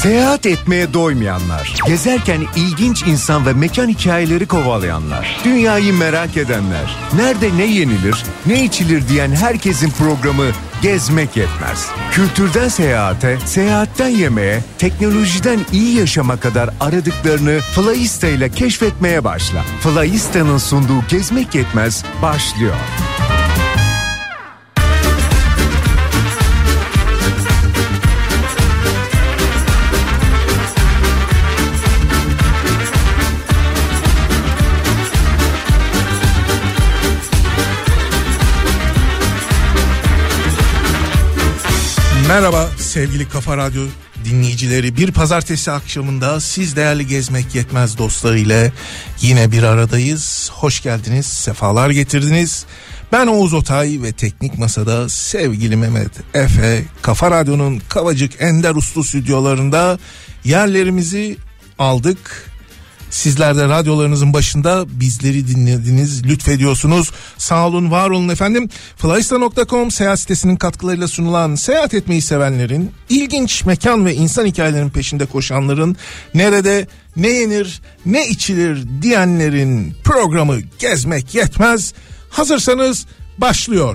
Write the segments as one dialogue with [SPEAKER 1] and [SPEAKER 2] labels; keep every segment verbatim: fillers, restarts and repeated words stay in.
[SPEAKER 1] Seyahat etmeye doymayanlar, gezerken ilginç insan ve mekan hikayeleri kovalayanlar, dünyayı merak edenler, nerede ne yenilir, ne içilir diyen herkesin programı Gezmek Yetmez. Kültürden seyahate, seyahatten yemeğe, teknolojiden iyi yaşama kadar aradıklarını Flyista ile keşfetmeye başla. Flyista'nın sunduğu Gezmek Yetmez başlıyor.
[SPEAKER 2] Merhaba sevgili Kafa Radyo dinleyicileri. Bir pazartesi akşamında siz değerli Gezmek Yetmez dostları ile yine bir aradayız. Hoş geldiniz, sefalar getirdiniz. Ben Oğuz Otay ve teknik masada sevgili Mehmet Efe, Kafa Radyo'nun Kavacık Ender Uslu stüdyolarında yerlerimizi aldık. Sizler de radyolarınızın başında bizleri dinlediniz, lütfediyorsunuz. Sağ olun, var olun efendim. Flyista nokta com seyahat sitesinin katkılarıyla sunulan, seyahat etmeyi sevenlerin, ilginç mekan ve insan hikayelerinin peşinde koşanların, nerede ne yenir ne içilir diyenlerin programı Gezmek Yetmez. Hazırsanız başlıyor.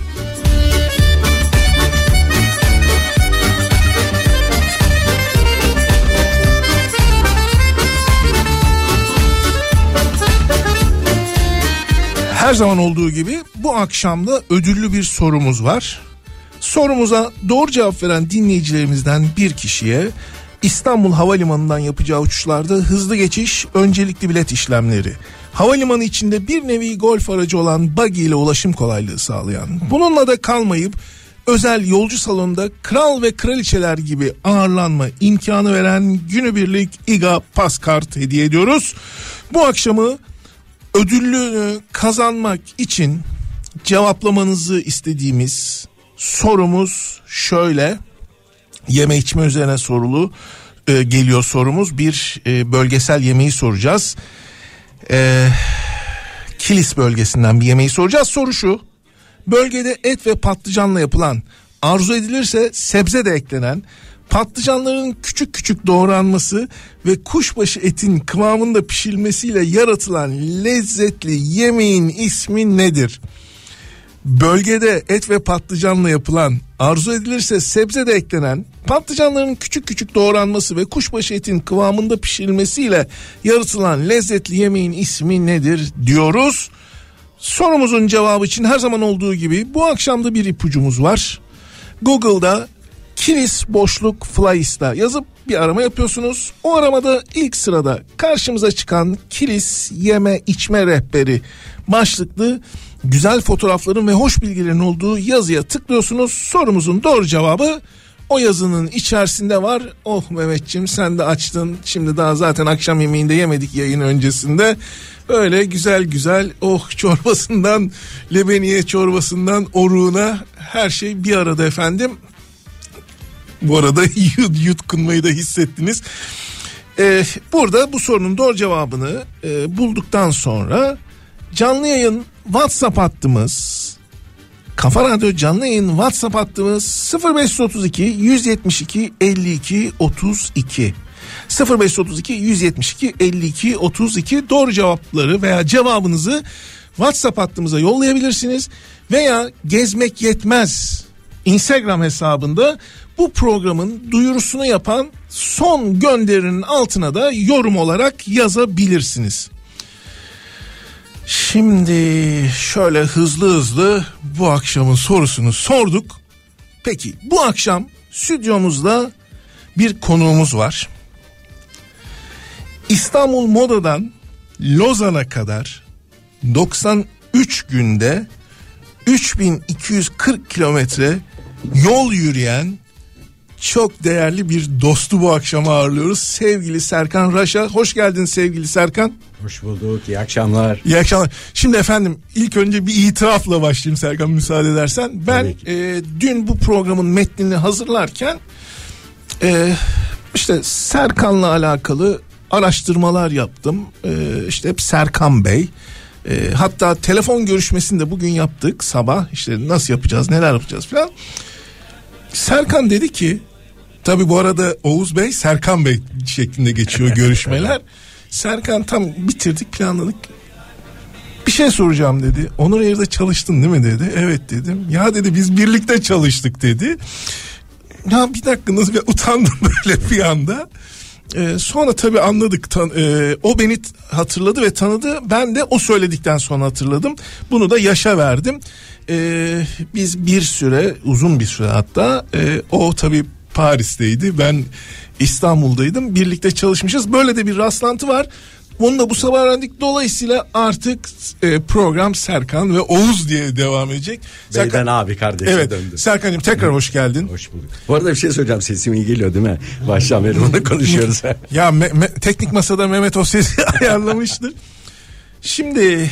[SPEAKER 2] Her zaman olduğu gibi bu akşam da ödüllü bir sorumuz var. Sorumuza doğru cevap veren dinleyicilerimizden bir kişiye İstanbul Havalimanı'ndan yapacağı uçuşlarda hızlı geçiş, öncelikli bilet işlemleri, havalimanı içinde bir nevi golf aracı olan buggy ile ulaşım kolaylığı sağlayan, bununla da kalmayıp özel yolcu salonunda kral ve kraliçeler gibi ağırlanma imkanı veren günübirlik İGA Paskart hediye ediyoruz. Bu akşamı ödüllü kazanmak için cevaplamanızı istediğimiz sorumuz şöyle. Yeme içme üzerine sorulu e, geliyor sorumuz. Bir e, bölgesel yemeği soracağız. E, Kilis bölgesinden bir yemeği soracağız. Soru şu: bölgede et ve patlıcanla yapılan, arzu edilirse sebze de eklenen, patlıcanların küçük küçük doğranması ve kuşbaşı etin kıvamında pişirilmesiyle yaratılan lezzetli yemeğin ismi nedir? Bölgede et ve patlıcanla yapılan, arzu edilirse sebze de eklenen, patlıcanların küçük küçük doğranması ve kuşbaşı etin kıvamında pişirilmesiyle yaratılan lezzetli yemeğin ismi nedir diyoruz. Sorumuzun cevabı için her zaman olduğu gibi bu akşam da bir ipucumuz var. Google'da Kilis boşluk Flyista yazıp bir arama yapıyorsunuz. O aramada ilk sırada karşımıza çıkan Kilis yeme içme rehberi başlıklı güzel fotoğrafların ve hoş bilgilerin olduğu yazıya tıklıyorsunuz. Sorumuzun doğru cevabı o yazının içerisinde var. Oh Mehmetciğim, sen de açtın. Şimdi daha zaten akşam yemeğinde yemedik yayın öncesinde. Öyle güzel güzel, oh çorbasından lebeniye çorbasından oruğuna her şey bir arada efendim. Bu arada yutkunmayı da hissettiniz. Ee, burada bu sorunun doğru cevabını e, bulduktan sonra canlı yayın WhatsApp hattımız, Kafa Radyo canlı yayın WhatsApp hattımız sıfır beş otuz iki yüz yetmiş iki elli iki otuz iki sıfır beş otuz iki yüz yetmiş iki elli iki otuz iki doğru cevapları veya cevabınızı WhatsApp hattımıza yollayabilirsiniz veya Gezmek Yetmez Instagram hesabında bu programın duyurusunu yapan son gönderinin altına da yorum olarak yazabilirsiniz. Şimdi şöyle hızlı hızlı bu akşamın sorusunu sorduk. Peki bu akşam stüdyomuzda bir konuğumuz var. İstanbul Moda'dan Lozan'a kadar doksan üç günde üç bin iki yüz kırk kilometre yol yürüyen çok değerli bir dostu bu akşam ağırlıyoruz. Sevgili Serkan Raşa. Hoş geldin sevgili Serkan.
[SPEAKER 3] Hoş bulduk. İyi akşamlar.
[SPEAKER 2] İyi akşamlar. Şimdi efendim ilk önce bir itirafla başlayayım Serkan, müsaade edersen. Ben e, dün bu programın metnini hazırlarken e, işte Serkan'la alakalı araştırmalar yaptım. E, işte hep Serkan Bey. E, hatta telefon görüşmesini de bugün yaptık sabah. İşte nasıl yapacağız, neler yapacağız falan. Serkan dedi ki Tabii bu arada Oğuz Bey, Serkan Bey şeklinde geçiyor görüşmeler. Serkan tam bitirdik, planladık. Bir şey soracağım dedi. Onur Air'de çalıştın değil mi dedi. Evet dedim. Ya dedi biz birlikte çalıştık dedi. Ya bir dakika, nasıl bir utandım böyle bir anda. Ee, sonra tabii anladık. Tan- e, o beni t- hatırladı ve tanıdı. Ben de o söyledikten sonra hatırladım. Bunu da Yaş'a verdim. Ee, biz bir süre, uzun bir süre hatta e, o tabii Paris'teydi. Ben İstanbul'daydım. Birlikte çalışmışız. Böyle de bir rastlantı var. Onu da bu sabah öğrendik. Dolayısıyla artık e, program Serkan ve Oğuz diye devam edecek.
[SPEAKER 3] Beyden
[SPEAKER 2] Serkan,
[SPEAKER 3] abi kardeşe
[SPEAKER 2] evet,
[SPEAKER 3] döndü.
[SPEAKER 2] Serkan'cığım tekrar hoş geldin.
[SPEAKER 3] Hoş bulduk. Bu arada bir şey söyleyeceğim, sesim iyi geliyor değil mi? Baştan beri bunu konuşuyoruz.
[SPEAKER 2] Ya me- me- teknik masada Mehmet o sesi ayarlamıştır. Şimdi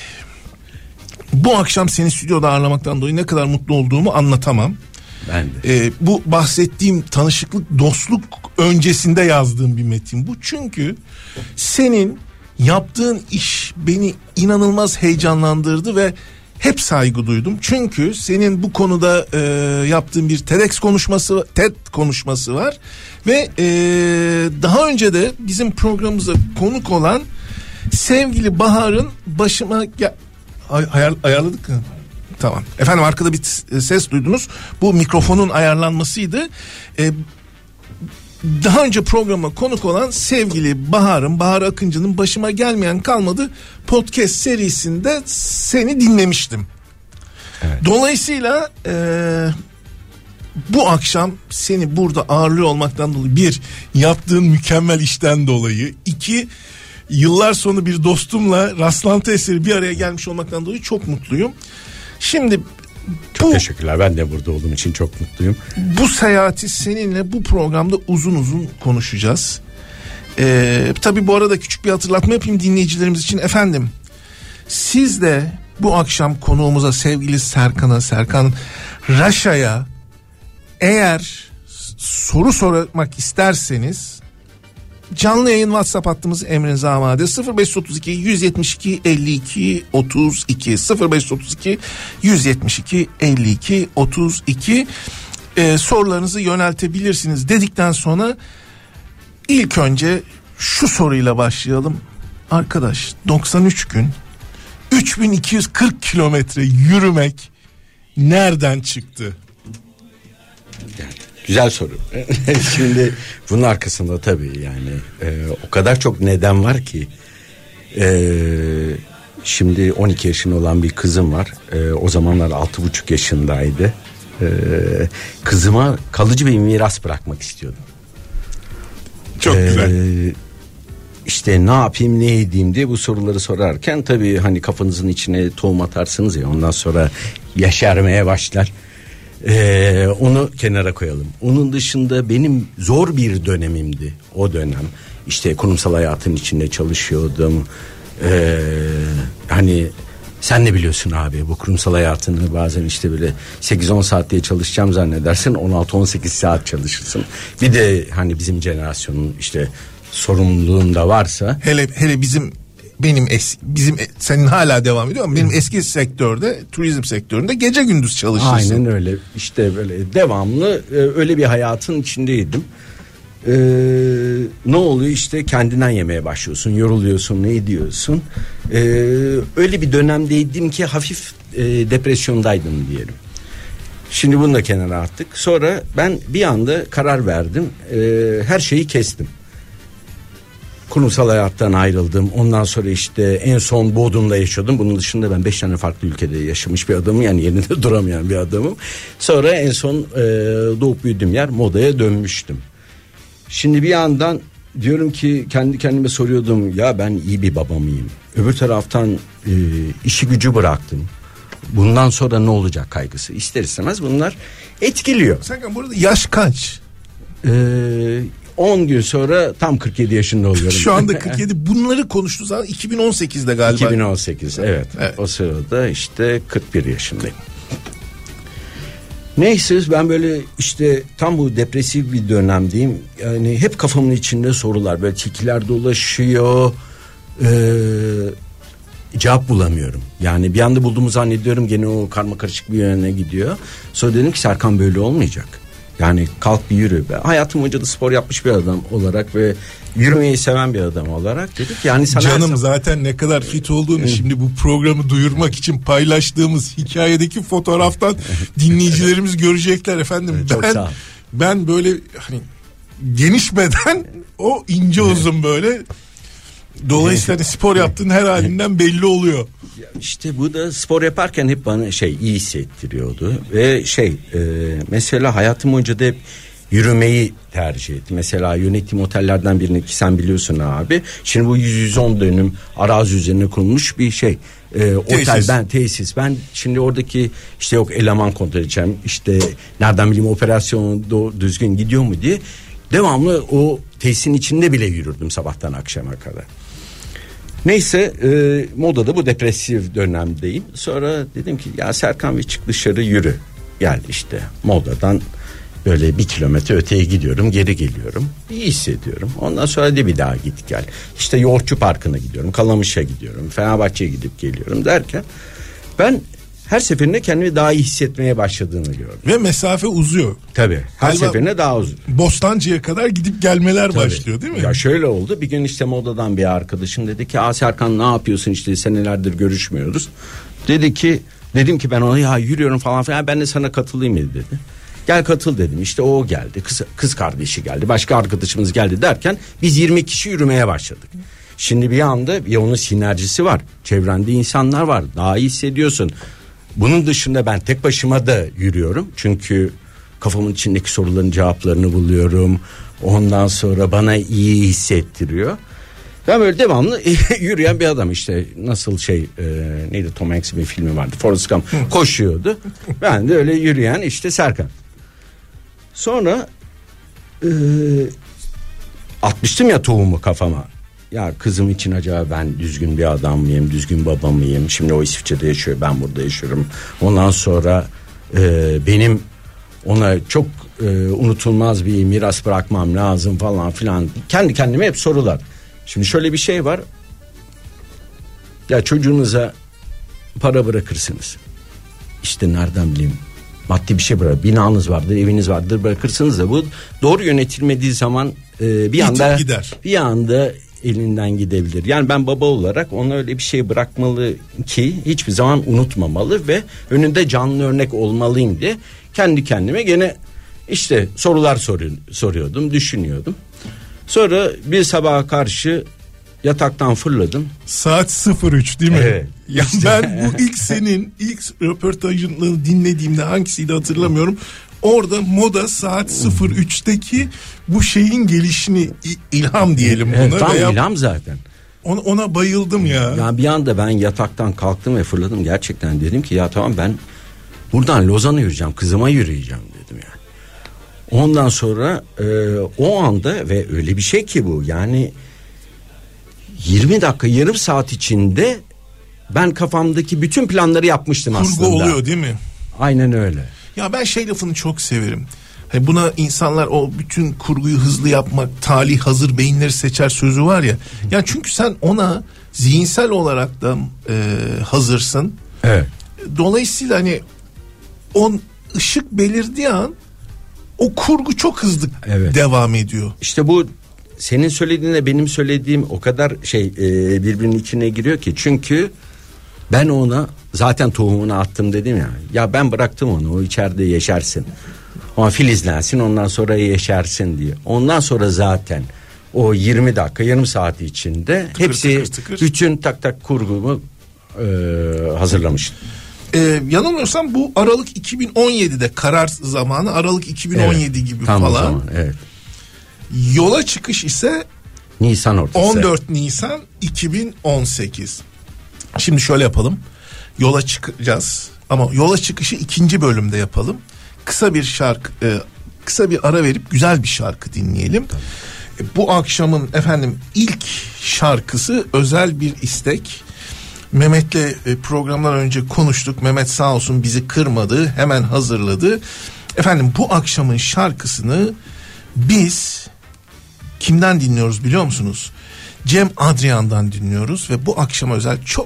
[SPEAKER 2] bu akşam seni stüdyoda ağırlamaktan dolayı ne kadar mutlu olduğumu anlatamam.
[SPEAKER 3] Ben de.
[SPEAKER 2] Ee, bu bahsettiğim tanışıklık, dostluk öncesinde yazdığım bir metin bu. Çünkü senin yaptığın iş beni inanılmaz heyecanlandırdı ve hep saygı duydum. Çünkü senin bu konuda e, yaptığın bir TEDx konuşması, TED konuşması var. Ve e, daha önce de bizim programımıza konuk olan sevgili Bahar'ın başıma... Ya, ayar, ayarladık mı? Tamam. Efendim arkada bir ses duydunuz. Bu mikrofonun ayarlanmasıydı. Ee, daha önce programa konuk olan sevgili Bahar'ın, Bahar Akıncı'nın Başıma Gelmeyen Kalmadı podcast serisinde seni dinlemiştim. Evet. Dolayısıyla e, bu akşam seni burada ağırlıyor olmaktan dolayı, bir, yaptığın mükemmel işten dolayı, iki, yıllar sonu bir dostumla rastlantı eseri bir araya gelmiş olmaktan dolayı çok mutluyum. Şimdi
[SPEAKER 3] çok
[SPEAKER 2] bu,
[SPEAKER 3] teşekkürler. Ben de burada olduğum için çok mutluyum.
[SPEAKER 2] Bu seyahati seninle bu programda uzun uzun konuşacağız. Ee, tabii bu arada küçük bir hatırlatma yapayım dinleyicilerimiz için. Efendim, siz de bu akşam konuğumuza, sevgili Serkan'a, Serkan Raşa'ya eğer soru sormak isterseniz canlı yayın WhatsApp hattımız emrinize amade. sıfır beş otuz iki yüz yetmiş iki elli iki otuz iki sıfır beş otuz iki yüz yetmiş iki elli iki otuz iki ee, sorularınızı yöneltebilirsiniz dedikten sonra ilk önce şu soruyla başlayalım. Arkadaş, doksan üç gün üç bin iki yüz kırk kilometre yürümek nereden çıktı?
[SPEAKER 3] Güzel soru. Şimdi bunun arkasında tabii yani e, o kadar çok neden var ki. E, şimdi on iki yaşında olan bir kızım var. E, o zamanlar altı buçuk yaşındaydı. E, kızıma kalıcı bir miras bırakmak istiyordum.
[SPEAKER 2] Çok
[SPEAKER 3] e,
[SPEAKER 2] güzel.
[SPEAKER 3] İşte ne yapayım, ne edeyim diye bu soruları sorarken tabii hani kafanızın içine tohum atarsınız ya, ondan sonra yeşermeye başlar. Ee, onu kenara koyalım. Onun dışında benim zor bir dönemimdi o dönem. İşte kurumsal hayatın içinde çalışıyordum. Ee, hani sen ne biliyorsun abi, bu kurumsal hayatını bazen işte böyle sekiz on saat diye çalışacağım zannedersin, on altı on sekiz saat çalışırsın. Bir de hani bizim jenerasyonun işte sorumluluğunda varsa.
[SPEAKER 2] Hele hele bizim benim es, bizim senin hala devam ediyor ama benim eski sektörde, turizm sektöründe gece gündüz çalışırsın.
[SPEAKER 3] Aynen öyle. İşte böyle devamlı e, öyle bir hayatın içindeydim. Ee, ne oluyor, işte kendinden yemeye başlıyorsun, yoruluyorsun, ne ediyorsun. Ee, öyle bir dönemdeydim ki hafif e, depresyondaydım diyelim. Şimdi bunu da kenara attık. Sonra ben bir anda karar verdim. Ee, her şeyi kestim. Kurumsal hayattan ayrıldım. Ondan sonra işte en son Bodrum'da yaşıyordum. Bunun dışında ben beş tane farklı ülkede yaşamış bir adamım. Yani yerinde duramayan bir adamım. Sonra en son e, doğup büyüdüğüm yer modaya dönmüştüm. Şimdi bir yandan diyorum ki, kendi kendime soruyordum. Ya ben iyi bir baba mıyım? Öbür taraftan e, işi gücü bıraktım. Bundan sonra ne olacak kaygısı. İster istemez bunlar etkiliyor.
[SPEAKER 2] Serkan, burada yaş kaç?
[SPEAKER 3] Eee... on gün sonra tam kırk yedi yaşında oluyorum.
[SPEAKER 2] Şu anda kırk yedi. Bunları konuştuğu zaman iki bin on sekizde galiba.
[SPEAKER 3] iki bin on sekiz evet.
[SPEAKER 2] Evet.
[SPEAKER 3] O sırada işte kırk bir yaşındayım. Neyse, ben böyle işte tam bu depresif bir dönemdeyim. Yani hep kafamın içinde sorular, böyle tilkiler dolaşıyor. Ee, cevap bulamıyorum. Yani bir anda bulduğumu zannediyorum, gene o karma karışık bir yöne gidiyor. Sonra dedim ki Serkan, böyle olmayacak. Yani kalk bir yürü. Ben hayatım boyunca da spor yapmış bir adam olarak ve yürümeyi seven bir adam olarak dedik. Yani sana
[SPEAKER 2] canım
[SPEAKER 3] her...
[SPEAKER 2] zaten ne kadar fit olduğunu şimdi bu programı duyurmak için paylaştığımız hikayedeki fotoğraftan dinleyicilerimiz görecekler efendim.
[SPEAKER 3] Çok
[SPEAKER 2] ben
[SPEAKER 3] sağ ol.
[SPEAKER 2] ben böyle hani geniş beden, o ince uzun böyle. Dolayısıyla hani spor yaptığın her halinden belli oluyor.
[SPEAKER 3] İşte bu da spor yaparken hep bana şey iyi hissettiriyordu ve şey e, mesela hayatım boyunca da hep yürümeyi tercih ettim. Mesela yönetim otellerden birini ki sen biliyorsun abi. Şimdi bu yüz yüz on dönüm arazi üzerine kurulmuş bir şey. E, otel
[SPEAKER 2] Tesis.
[SPEAKER 3] ben tesis. Ben şimdi oradaki işte yok eleman kontrol edeceğim. İşte nereden bileyim operasyon do- düzgün gidiyor mu diye devamlı o tesisin içinde bile yürürdüm sabahtan akşama kadar. Neyse e, modada bu depresif dönemdeyim. Sonra dedim ki ya Serkan bir çık dışarı yürü. Gel işte modadan böyle bir kilometre öteye gidiyorum, geri geliyorum. İyi hissediyorum. Ondan sonra da bir daha git gel. İşte Yoğurtçu Parkı'na gidiyorum, Kalamış'a gidiyorum, Fenerbahçe'ye gidip geliyorum derken ben her seferinde kendimi daha iyi hissetmeye başladığını gördüm.
[SPEAKER 2] Ve mesafe uzuyor.
[SPEAKER 3] Tabii. Her
[SPEAKER 2] Galiba
[SPEAKER 3] seferinde daha uzun.
[SPEAKER 2] Bostancı'ya kadar gidip gelmeler
[SPEAKER 3] Tabii.
[SPEAKER 2] başlıyor değil mi?
[SPEAKER 3] Ya şöyle oldu. Bir gün işte modadan bir arkadaşım dedi ki "Aa Serkan ne yapıyorsun işte senelerdir görüşmüyoruz." Dedi ki dedim ki ben ona ya yürüyorum falan filan ben de sana katılayım dedi. Gel katıl dedim. İşte o geldi. Kız, kız kardeşi geldi. Başka arkadaşımız geldi derken biz yirmi kişi yürümeye başladık. Şimdi bir anda bir onun sinerjisi var. Çevrende insanlar var. Daha iyi hissediyorsun. Bunun dışında ben tek başıma da yürüyorum. Çünkü kafamın içindeki soruların cevaplarını buluyorum. Ondan sonra bana iyi hissettiriyor. Ben böyle devamlı yürüyen bir adam işte nasıl şey e, neydi Tom Hanks'in bir filmi vardı Forrest Gump koşuyordu. Ben de öyle yürüyen işte Serkan. Sonra e, atmıştım ya tohumu kafama. Ya kızım için acaba ben düzgün bir adam mıyım, düzgün baba mıyım? Şimdi o İsviçre'de yaşıyor, ben burada yaşıyorum. Ondan sonra e, benim ona çok e, unutulmaz bir miras bırakmam lazım falan filan. Kendi kendime hep sorular. Şimdi şöyle bir şey var. Ya çocuğunuza para bırakırsınız. İşte nereden bileyim maddi bir şey bırak. Binanız vardır, eviniz vardır bırakırsınız da bu doğru yönetilmediği zaman e, bir anda
[SPEAKER 2] gider.
[SPEAKER 3] bir anda elinden gidebilir. Yani ben baba olarak ona öyle bir şey bırakmalı ki hiçbir zaman unutmamalı ve önünde canlı örnek olmalıyım diye kendi kendime gene işte sorular soru, soruyordum, düşünüyordum. Sonra bir sabaha karşı yataktan fırladım.
[SPEAKER 2] Saat sıfır üç değil mi?
[SPEAKER 3] Evet.
[SPEAKER 2] Ya ben bu ilk senin ilk röportajını dinlediğimde hangisiydi hatırlamıyorum. Orada moda saat sıfır üçteki bu şeyin gelişini ilham diyelim buna.
[SPEAKER 3] Evet, tam
[SPEAKER 2] veya
[SPEAKER 3] ilham zaten.
[SPEAKER 2] Ona, ona bayıldım ya.
[SPEAKER 3] Yani bir anda ben yataktan kalktım ve fırladım gerçekten dedim ki ya tamam ben buradan Lozan'a yürüyeceğim, kızıma yürüyeceğim dedim yani. Ondan sonra e, o anda ve öyle bir şey ki bu yani yirmi dakika yarım saat içinde ben kafamdaki bütün planları yapmıştım
[SPEAKER 2] Kurgu
[SPEAKER 3] aslında.
[SPEAKER 2] Kurgu oluyor değil mi?
[SPEAKER 3] Aynen öyle.
[SPEAKER 2] Ya ben şey lafını çok severim. Hani buna insanlar o bütün kurguyu hızlı yapmak, talih hazır beyinleri seçer sözü var ya. Yani çünkü sen ona zihinsel olarak da e, hazırsın.
[SPEAKER 3] Evet.
[SPEAKER 2] Dolayısıyla hani on ışık belirdiği an o kurgu çok hızlı evet. devam ediyor.
[SPEAKER 3] İşte bu senin söylediğinle benim söylediğim o kadar şey e, birbirinin içine giriyor ki çünkü ben ona zaten tohumunu attım dedim ya. Ya ben bıraktım onu, o içeride yeşersin. Ama filizlensin ondan sonra yeşersin diye. Ondan sonra zaten o yirmi dakika yarım saat içinde tıkır, hepsi tıkır, tıkır. bütün tak tak kurgumu e, hazırlamıştım.
[SPEAKER 2] Ee, yanılmıyorsam bu Aralık iki bin on yedide karar zamanı Aralık iki bin on yedi evet, gibi falan. Zaman,
[SPEAKER 3] evet.
[SPEAKER 2] Yola çıkış ise
[SPEAKER 3] Nisan ortası.
[SPEAKER 2] on dört Nisan iki bin on sekiz. Şimdi şöyle yapalım. Yola çıkacağız ama yola çıkışı ikinci bölümde yapalım. Kısa bir şarkı, e, kısa bir ara verip güzel bir şarkı dinleyelim. E, bu akşamın efendim ilk şarkısı özel bir istek. Mehmet'le e, programdan önce konuştuk. Mehmet sağ olsun bizi kırmadı, hemen hazırladı. Efendim bu akşamın şarkısını biz kimden dinliyoruz biliyor musunuz? Cem Adrian'dan dinliyoruz ve bu akşama özel çok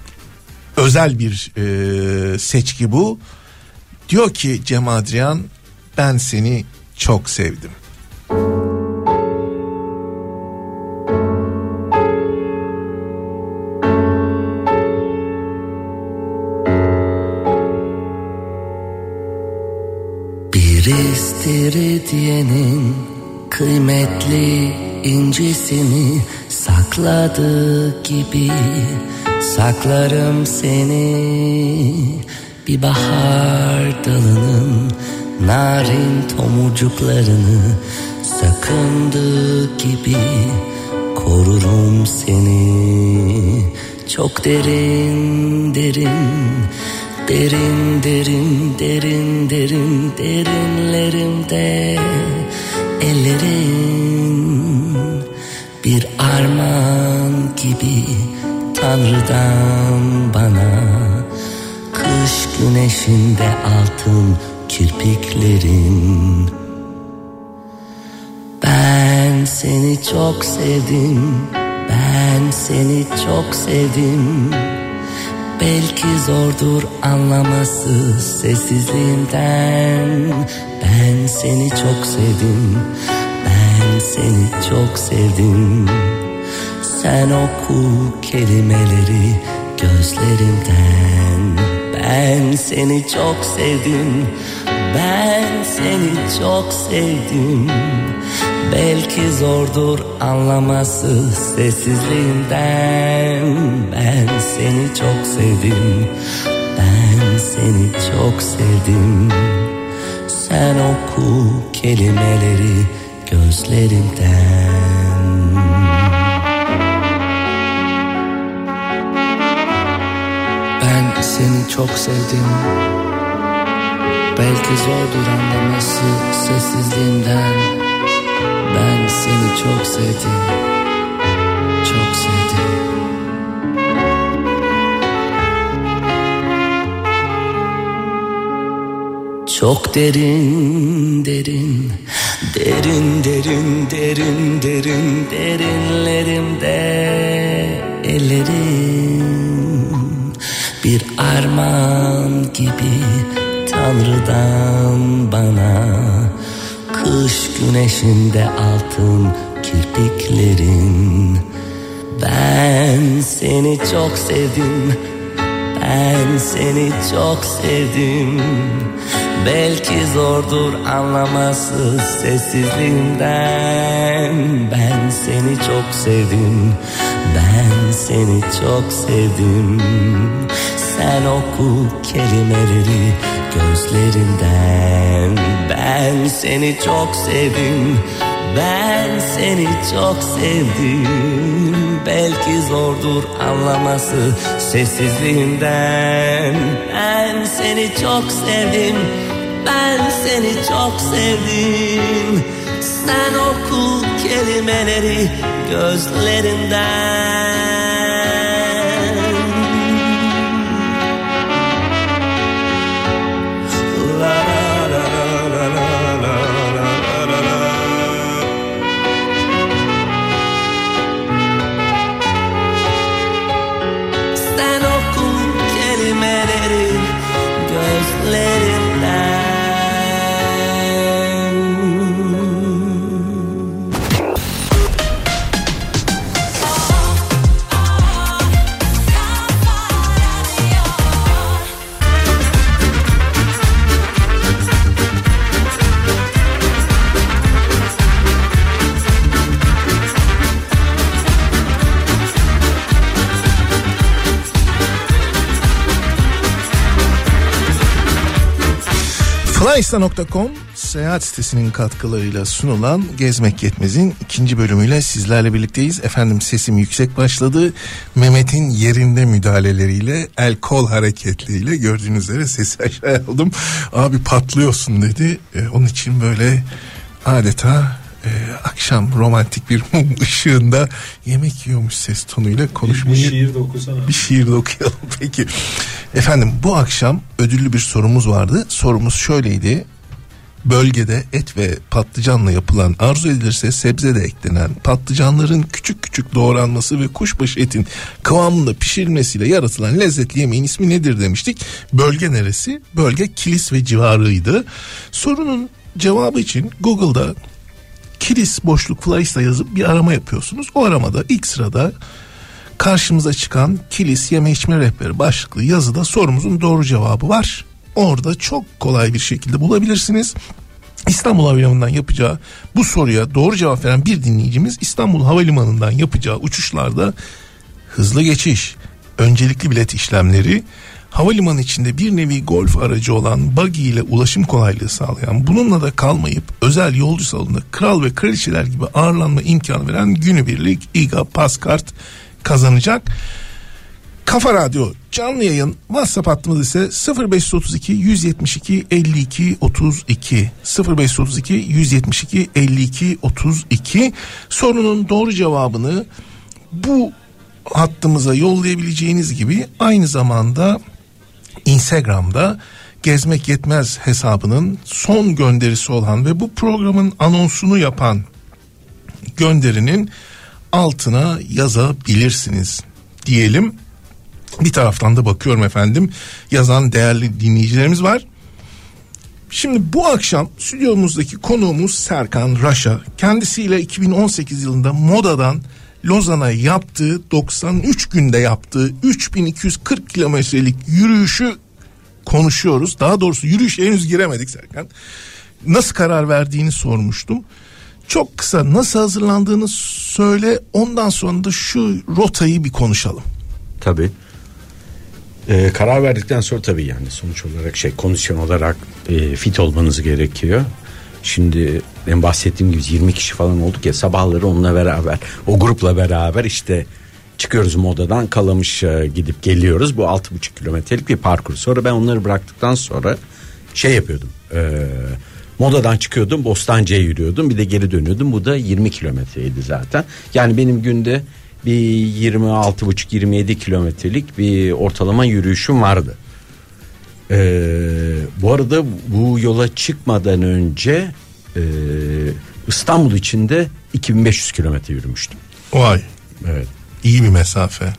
[SPEAKER 2] özel bir e, seçki bu. Diyor ki Cem Adrian, ben seni çok sevdim.
[SPEAKER 4] Bir istiridyenin kıymetli incisini sakladığı gibi saklarım seni. Bir bahar dalının narin tomurcuklarını sakındığı gibi korurum seni. Çok derin derin derin derin derin derin derinlerimde ellerin bir armağan gibi Tanrı'dan bana. Kış güneşinde altın kirpiklerin. Ben seni çok sevdim, ben seni çok sevdim. Belki zordur anlaması sessizliğimden. Ben seni çok sevdim, ben seni çok sevdim. Sen oku kelimeleri gözlerimden. Ben seni çok sevdim, ben seni çok sevdim. Belki zordur anlaması sessizliğinden. Ben seni çok sevdim, ben seni çok sevdim. Sen oku kelimeleri gözlerimden. Ben seni çok sevdim. Belki zordur anlaması sessizliğimden. Ben seni çok sevdim, çok sevdim. Çok derin, derin, derin, derin, derin, derin, derinlerimde ellerim bir armağan gibi Tanrı'dan bana. Kış güneşinde altın kirpiklerin. Ben seni çok sevdim, ben seni çok sevdim. Belki zordur anlaması sessizliğimden. Ben seni çok sevdim, ben seni çok sevdim. Sen oku kelimeleri gözlerinden. Ben seni çok sevdim, ben seni çok sevdim. Belki zordur anlaması sessizliğinden. Ben seni çok sevdim, ben seni çok sevdim. Sen oku kelimeleri gözlerinden.
[SPEAKER 2] flyista nokta com seyahat sitesinin katkılarıyla sunulan Gezmek Yetmez'in ikinci bölümüyle sizlerle birlikteyiz. Efendim sesim yüksek başladı. Mehmet'in yerinde müdahaleleriyle, el kol hareketleriyle gördüğünüz üzere sesi aşağıya aldım. Abi patlıyorsun dedi. Ee, onun için böyle adeta e, akşam romantik bir mum ışığında yemek yiyormuş ses tonuyla konuşmayı.
[SPEAKER 5] Bir, bir şiir de okusana.
[SPEAKER 2] Bir şiir de okuyalım peki. Efendim bu akşam ödüllü bir sorumuz vardı. Sorumuz şöyleydi. Bölgede et ve patlıcanla yapılan, arzu edilirse sebze de eklenen patlıcanların küçük küçük doğranması ve kuşbaşı etin kıvamında pişirilmesiyle yaratılan lezzetli yemeğin ismi nedir demiştik. Bölge neresi? Bölge Kilis ve civarıydı. Sorunun cevabı için Google'da Kilis boşluk Flysa yazıp bir arama yapıyorsunuz. O aramada ilk sırada karşımıza çıkan Kilis yeme içme rehberi başlıklı yazıda sorumuzun doğru cevabı var. Orada çok kolay bir şekilde bulabilirsiniz. İstanbul Havalimanı'ndan yapacağı bu soruya doğru cevap veren bir dinleyicimiz İstanbul Havalimanı'ndan yapacağı uçuşlarda hızlı geçiş, öncelikli bilet işlemleri, havalimanı içinde bir nevi golf aracı olan buggy ile ulaşım kolaylığı sağlayan, bununla da kalmayıp özel yolcu salonunda kral ve kraliçeler gibi ağırlanma imkanı veren günübirlik İ G A Paskart kazanacak. Kafa Radyo canlı yayın WhatsApp hattımız ise sıfır beş otuz iki yüz yetmiş iki elli iki otuz iki sıfır beş otuz iki yüz yetmiş iki elli iki otuz iki. Sorunun doğru cevabını bu hattımıza yollayabileceğiniz gibi aynı zamanda Instagram'da Gezmek Yetmez hesabının son gönderisi olan ve bu programın anonsunu yapan gönderinin altına yazabilirsiniz diyelim. Bir taraftan da bakıyorum efendim, yazan değerli dinleyicilerimiz var. Şimdi bu akşam stüdyomuzdaki konuğumuz Serkan Raşa. Kendisiyle iki bin on sekiz yılında Moda'dan Lozan'a yaptığı doksan üç günde yaptığı üç bin iki yüz kırk kilometrelik yürüyüşü konuşuyoruz. Daha doğrusu yürüyüşe henüz giremedik Serkan. Nasıl karar verdiğini sormuştum. Çok kısa nasıl hazırlandığını söyle, ondan sonra da şu rotayı bir konuşalım.
[SPEAKER 3] Tabii. Ee, karar verdikten sonra tabii yani sonuç olarak şey kondisyon olarak e, fit olmanız gerekiyor. Şimdi ben bahsettiğim gibi yirmi kişi falan olduk ya, sabahları onunla beraber, o grupla beraber işte çıkıyoruz Moda'dan Kalamış'a gidip geliyoruz. Bu altı buçuk kilometrelik bir parkur. Sonra ben onları bıraktıktan sonra şey yapıyordum. E, Moda'dan çıkıyordum, Bostancı'ya yürüyordum, bir de geri dönüyordum. Bu da yirmi kilometreydi zaten. Yani benim günde bir yirmi altı buçuk yirmi yedi kilometrelik bir ortalama yürüyüşüm vardı. Ee, bu arada bu yola çıkmadan önce e, İstanbul içinde iki bin beş yüz kilometre yürümüştüm.
[SPEAKER 2] Vay.
[SPEAKER 3] Evet.
[SPEAKER 2] İyi bir mesafe.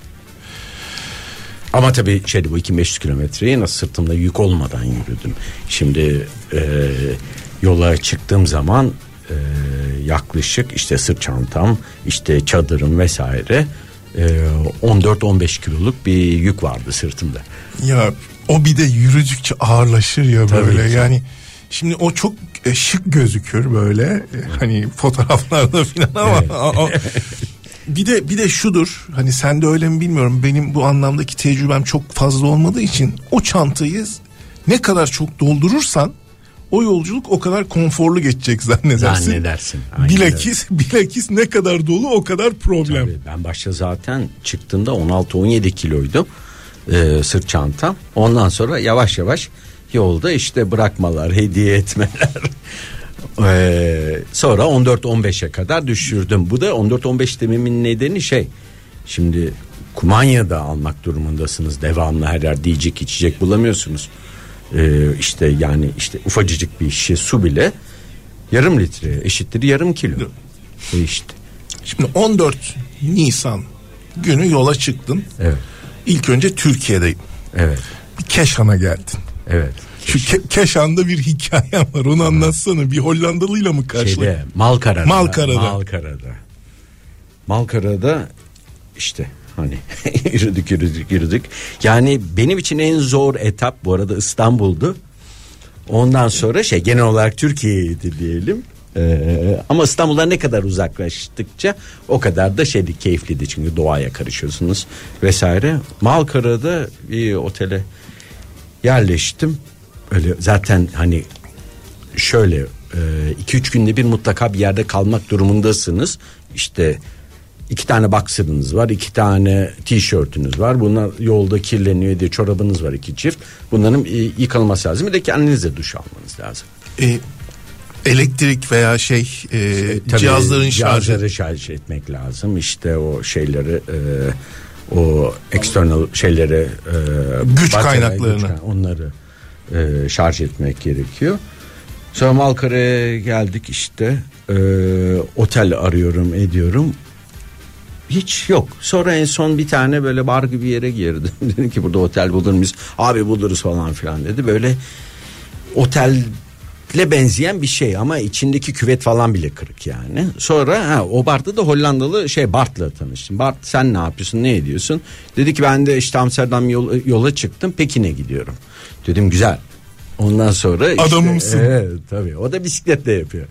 [SPEAKER 3] Ama tabii şeydi, bu iki bin beş yüz kilometreyi nasıl sırtımda yük olmadan yürüdüm. Şimdi e, yola çıktığım zaman e, yaklaşık işte sırt çantam, işte çadırım vesaire e, on dört on beş kiloluk bir yük vardı sırtımda.
[SPEAKER 2] Ya o bir de yürüdükçe ağırlaşır ya böyle. Tabii. Yani şimdi o çok e, şık gözükür böyle e, hani fotoğraflarda falan ama evet. o, o, bir de bir de şudur, hani sen de öyle mi bilmiyorum, benim bu anlamdaki tecrübem çok fazla olmadığı için o çantayı ne kadar çok doldurursan o yolculuk o kadar konforlu geçecek zannedersin.
[SPEAKER 3] Zannedersin.
[SPEAKER 2] Bilakis, bilakis ne kadar dolu o kadar problem.
[SPEAKER 3] Tabii, ben başta zaten çıktığımda on altı on yedi kiloydum ee, sırt çantam. Ondan sonra yavaş yavaş yolda işte bırakmalar, hediye etmeler. ee, sonra on dört on beşe kadar düşürdüm. Bu da on dört on beş dememin nedeni şey. Şimdi kumanya da almak durumundasınız. Devamlı her yerde yiyecek içecek bulamıyorsunuz. Ee, işte yani işte ufacıcık bir şişe su bile yarım litre eşittir yarım kilo. E işte.
[SPEAKER 2] Şimdi on dört Nisan günü yola çıktın.
[SPEAKER 3] Evet.
[SPEAKER 2] İlk önce Türkiye'deyim.
[SPEAKER 3] Evet.
[SPEAKER 2] Bir Keşan'a geldin.
[SPEAKER 3] Evet.
[SPEAKER 2] Şu Ke- Keşan'da bir hikayem var. Onu anlatsana. Bir Hollandalıyla mı karşıladın?
[SPEAKER 3] Şeyde, Malkara'da.
[SPEAKER 2] Malkara'da.
[SPEAKER 3] Malkara'da. Malkara'da işte hani yürüdük yürüdük yürüdük. Yani benim için en zor etap bu arada İstanbul'du. Ondan sonra şey genel olarak Türkiye'ydi diyelim. Ee, ama İstanbul'dan ne kadar uzaklaştıkça o kadar da şeydi, keyifliydi çünkü doğaya karışıyorsunuz vesaire. Malkara'da bir otele yerleştim. Öyle zaten hani şöyle iki üç günde bir mutlaka bir yerde kalmak durumundasınız. İşte iki tane boxer'ınız var, iki tane tişörtünüz var. Bunlar yolda kirleniyor diye çorabınız var, iki çift. Bunların yıkanması lazım. Bir de kendinize duş almanız lazım.
[SPEAKER 2] E, elektrik veya şey e,
[SPEAKER 3] Tabii,
[SPEAKER 2] cihazların şarjı.
[SPEAKER 3] Cihazları şarj etmek lazım. İşte o şeyleri e, o external şeyleri e,
[SPEAKER 2] güç batarya, kaynaklarını
[SPEAKER 3] güç, onları e, şarj etmek gerekiyor. Sonra Malkara'ya geldik işte e, otel arıyorum ediyorum. Hiç yok. Sonra en son bir tane böyle bar gibi yere girdim. Dedim ki burada otel bulur muyuz? Abi buluruz falan filan dedi. Böyle otel bartle benzeyen bir şey ama içindeki küvet falan bile kırık yani. Sonra ha, o barda da Hollandalı şey Bart'la tanıştım. Bart sen ne yapıyorsun, ne ediyorsun? Dedi ki ben de işte Amsterdam yol, yola çıktım, Pekin'e gidiyorum. Dedim güzel. Ondan sonra işte,
[SPEAKER 2] adamımsın.
[SPEAKER 3] Evet tabii, o da bisikletle yapıyor.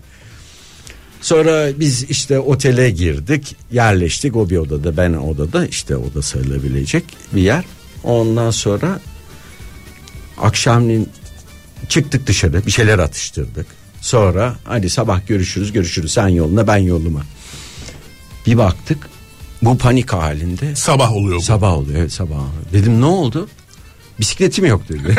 [SPEAKER 3] Sonra biz işte otele girdik, yerleştik, o bir odada, ben odada, işte oda sayılabilecek bir yer. Ondan sonra akşamleyin çıktık dışarı, bir şeyler atıştırdık. Sonra hadi sabah görüşürüz görüşürüz sen yoluna ben yoluma. Bir baktık bu panik halinde.
[SPEAKER 2] Sabah oluyor bu.
[SPEAKER 3] Sabah oluyor, evet sabah. Dedim ne oldu? Bisikletim yok dedi.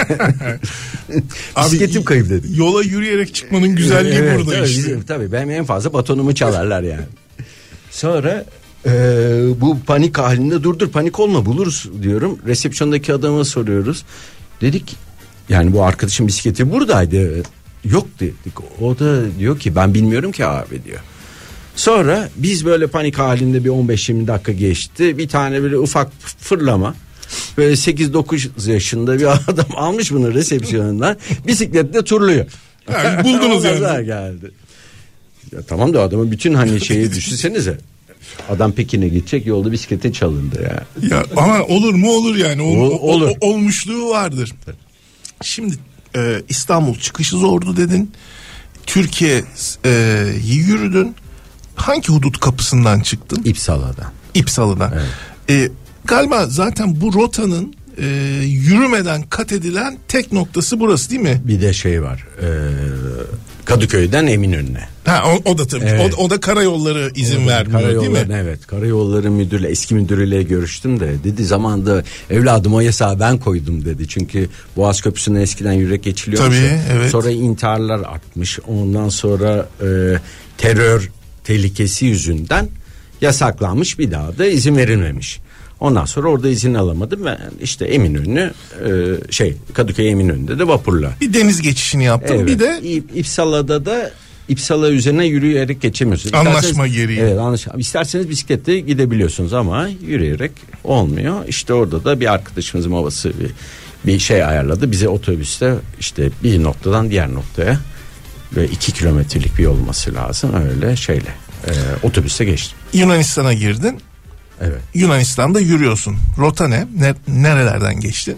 [SPEAKER 3] Bisikletim kayıp dedi.
[SPEAKER 2] Yola yürüyerek çıkmanın güzelliği
[SPEAKER 3] evet,
[SPEAKER 2] burada
[SPEAKER 3] tabii,
[SPEAKER 2] işte.
[SPEAKER 3] Bizim, tabii benim en fazla batonumu çalarlar yani. Sonra e, bu panik halinde dur dur panik olma buluruz diyorum. Resepsiyondaki adama soruyoruz. Dedik yani bu arkadaşın bisikleti buradaydı. Yok dedik. O da diyor ki ben bilmiyorum ki abi diyor. Sonra biz böyle panik halinde bir on beş yirmi dakika geçti. Bir tane böyle ufak fırlama. Böyle sekiz dokuz yaşında bir adam almış bunu resepsiyonundan. Bisikletle turluyor.
[SPEAKER 2] Yani buldunuz yani.
[SPEAKER 3] Geldi. Ya tamam da adamın bütün hani şeyi düşünsenize. Adam Pekin'e gidecek, yolda bisiklete çalındı ya.
[SPEAKER 2] Ya ama olur mu olur yani. O,
[SPEAKER 3] o, olur.
[SPEAKER 2] O, o, olmuşluğu vardır. Şimdi e, İstanbul çıkışı zordu dedin. Türkiye'yi e, yürüdün. Hangi hudut kapısından çıktın?
[SPEAKER 3] İpsala'dan.
[SPEAKER 2] İpsala'dan. Evet. E, galiba zaten bu rotanın e, yürümeden kat edilen tek noktası burası değil mi?
[SPEAKER 3] Bir de şey var. E, Kadıköy'den Eminönü'ne.
[SPEAKER 2] Ha o, o da tabii.
[SPEAKER 3] Evet.
[SPEAKER 2] O, o da karayolları izin vermiyor değil mi?
[SPEAKER 3] Evet. Karayolları müdürle, eski müdürüyle görüştüm de dedi zamanında evladım o yasağı ben koydum dedi. Çünkü Boğaz Köprüsü'ne eskiden yürek geçiliyormuş.
[SPEAKER 2] Tabii, evet.
[SPEAKER 3] Sonra intiharlar artmış. Ondan sonra e, terör tehlikesi yüzünden yasaklanmış, bir daha da izin verilmemiş. Ondan sonra orada izin alamadım ve işte Eminönü e, şey Kadıköy Eminönü'nde de vapurla.
[SPEAKER 2] Bir deniz geçişini yaptım.
[SPEAKER 3] Evet.
[SPEAKER 2] Bir de
[SPEAKER 3] İp, İpsala'da da İpsala üzerine yürüyerek geçemiyorsunuz.
[SPEAKER 2] Anlaşma gereği.
[SPEAKER 3] Evet, anlaşma. İsterseniz bisikletle gidebiliyorsunuz ama yürüyerek olmuyor. İşte orada da bir arkadaşımızın babası bir, bir şey ayarladı. Bize otobüste işte bir noktadan diğer noktaya böyle iki kilometrelik bir yol olması lazım. Öyle şeyle e, otobüste geçtim.
[SPEAKER 2] Yunanistan'a girdin.
[SPEAKER 3] Evet.
[SPEAKER 2] Yunanistan'da yürüyorsun. Rota ne? ne nerelerden geçtin?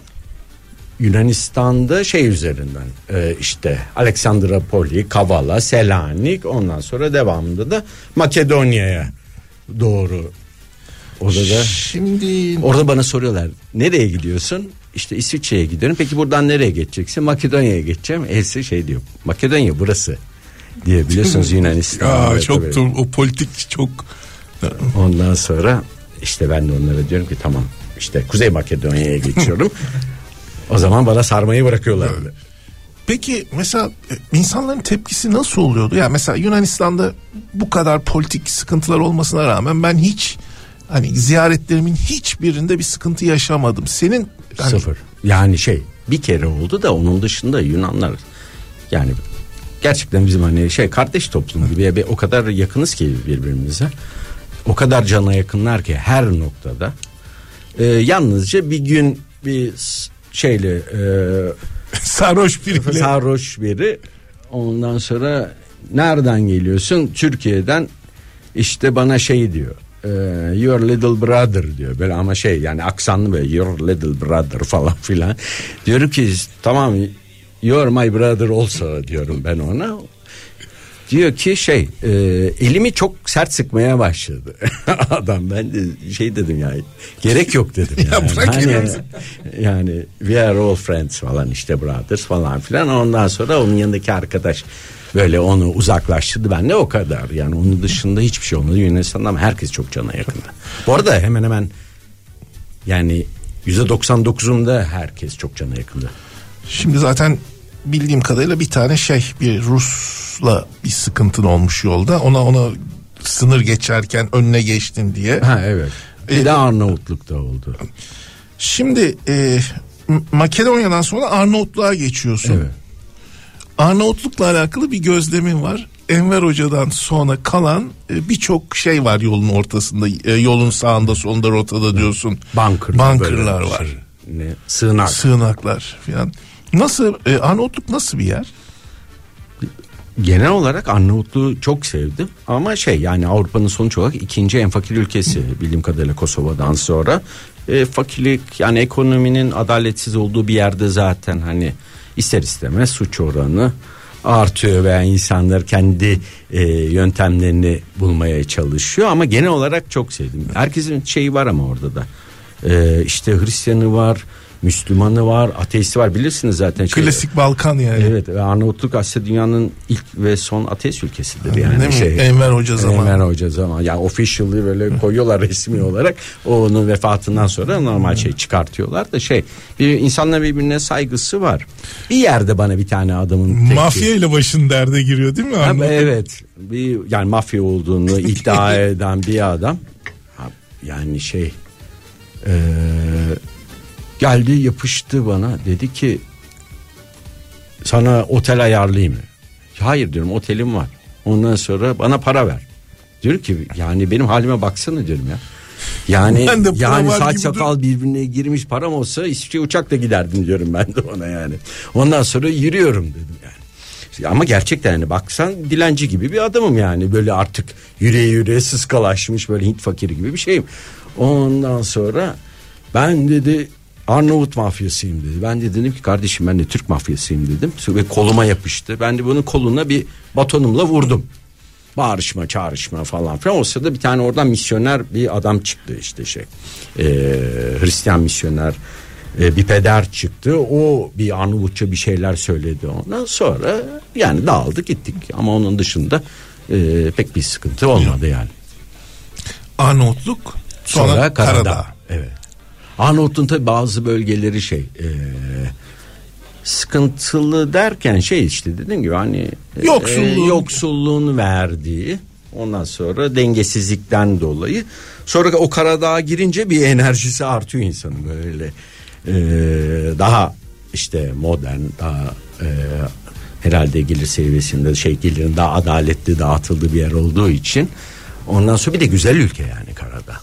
[SPEAKER 3] Yunanistan'da şey üzerinden e, işte Aleksandropoli, Kavala, Selanik, ondan sonra devamında da Makedonya'ya doğru. Orada da
[SPEAKER 2] şimdi
[SPEAKER 3] orada bana soruyorlar nereye gidiyorsun? İşte İsviçre'ye gidiyorum. Peki buradan nereye geçeceksin? Makedonya'ya geçeceğim. Hepsi şey diyor. Makedonya burası diye biliyorsunuz Yunanistan.
[SPEAKER 2] Ya çok tabii. O politik çok.
[SPEAKER 3] Ondan sonra işte ben de onlara diyorum ki tamam işte Kuzey Makedonya'ya geçiyorum. O zaman bana sarmayı bırakıyorlar.
[SPEAKER 2] Evet. Peki mesela insanların tepkisi nasıl oluyordu? Ya mesela Yunanistan'da bu kadar politik sıkıntılar olmasına rağmen ben hiç hani ziyaretlerimin hiçbirinde bir sıkıntı yaşamadım. Senin hani...
[SPEAKER 3] Sıfır. Yani şey bir kere oldu da onun dışında Yunanlar yani gerçekten bizim hani şey kardeş toplum gibi bir, o kadar yakınız ki birbirimize. O kadar cana yakınlar ki her noktada. Ee, yalnızca bir gün bir şeyle e,
[SPEAKER 2] sarhoş biri
[SPEAKER 3] sarhoş biri ondan sonra nereden geliyorsun? Türkiye'den işte bana şey diyor. E, your little brother diyor. Böyle ama şey yani aksanlı böyle your little brother falan filan. Diyorum ki tamam you're my brother also diyorum ben ona. Diyor ki şey e, elimi çok sert sıkmaya başladı adam. Ben de şey dedim yani gerek yok dedim yani.
[SPEAKER 2] Ya bırak
[SPEAKER 3] hani, yani we are all friends falan işte brothers falan filan. Ondan sonra onun yanındaki arkadaş böyle onu uzaklaştırdı. Ben de o kadar yani onun dışında hiçbir şey olmadı. Yunanistan'da herkes çok cana yakında. Bu arada hemen hemen yani yüzde doksan dokuzunda herkes çok cana yakında.
[SPEAKER 2] Şimdi zaten bildiğim kadarıyla bir tane şey bir Rus'la bir sıkıntın olmuş yolda. Ona ona sınır geçerken önüne geçtin diye.
[SPEAKER 3] Ha evet. Bir ee, de Arnavutluk'ta oldu.
[SPEAKER 2] Şimdi e, Makedonya'dan sonra Arnavutluğa geçiyorsun.
[SPEAKER 3] Evet.
[SPEAKER 2] Arnavutluk'la alakalı bir gözlemim var. Enver Hoca'dan sonra kalan e, birçok şey var yolun ortasında. E, yolun sağında solunda rotada diyorsun.
[SPEAKER 3] Bunkerlar,
[SPEAKER 2] Bunkerlar var. Şey,
[SPEAKER 3] ne? Sığınak.
[SPEAKER 2] Sığınaklar falan. Nasıl e, Arnavutluk nasıl bir yer?
[SPEAKER 3] Genel olarak Arnavutluğu çok sevdim ama şey yani Avrupa'nın sonuç olarak ikinci en fakir ülkesi bildiğim kadarıyla Kosova'dan sonra. E, fakirlik yani ekonominin adaletsiz olduğu bir yerde zaten hani ister istemez suç oranı artıyor veya insanlar kendi e, yöntemlerini bulmaya çalışıyor ama genel olarak çok sevdim. Herkesin şeyi var ama orada da e, işte Hristiyanı var, Müslümanı var, ateisti var, bilirsiniz zaten. Şey,
[SPEAKER 2] klasik Balkan yani.
[SPEAKER 3] Evet, Arnavutluk aslında dünyanın ilk ve son ateist ülkesidir yani.
[SPEAKER 2] Değil
[SPEAKER 3] şey,
[SPEAKER 2] mi? Enver Hoca zamanı.
[SPEAKER 3] Enver Hoca zamanı. Yani official'ı böyle koyuyorlar resmi olarak. Onun vefatından sonra normal şey çıkartıyorlar da şey. Bir insanlar birbirine saygısı var. Bir yerde bana bir tane adamın
[SPEAKER 2] mafya ile başın derde giriyor değil mi?
[SPEAKER 3] Ha, evet. Bir yani mafya olduğunu iddia eden bir adam. Yani şey eee geldi yapıştı bana, dedi ki sana otel ayarlayayım mı? Hayır diyorum, otelim var. Ondan sonra bana para ver. Diyor ki yani benim halime baksana diyorum ya. Yani yani saç sakal birbirine girmiş, param olsa İsviçre uçakla giderdim diyorum ben de ona yani. Ondan sonra yürüyorum dedim yani. Ama gerçekten yani baksan dilenci gibi bir adamım yani. Böyle artık yüreğe yüreğe sıskalaşmış böyle Hint fakiri gibi bir şeyim. Ondan sonra ben dedi Arnavut mafyasıyım dedi. Ben de dedim ki kardeşim ben de Türk mafyasıyım dedim. Ve koluma yapıştı. Ben de bunun koluna bir batonumla vurdum. Bağırışma çağrışma falan filan. O sırada bir tane oradan misyoner bir adam çıktı işte şey. E, Hristiyan misyoner e, bir peder çıktı. O bir Arnavutça bir şeyler söyledi. Ondan sonra yani dağıldık gittik. Ama onun dışında e, pek bir sıkıntı olmadı yani.
[SPEAKER 2] Arnavutluk sonra, sonra Karadağ. Karadağ.
[SPEAKER 3] Evet. Arnavutluğun tabi bazı bölgeleri şey e, sıkıntılı derken şey işte dediğim gibi hani
[SPEAKER 2] Yoksulluğun.
[SPEAKER 3] e, yoksulluğun verdiği, ondan sonra dengesizlikten dolayı sonra o Karadağ'a girince bir enerjisi artıyor insanın böyle e, daha işte modern, daha e, herhalde gelir seviyesinde şey gelirin daha adaletli dağıtıldığı bir yer olduğu için ondan sonra bir de güzel ülke yani Karadağ.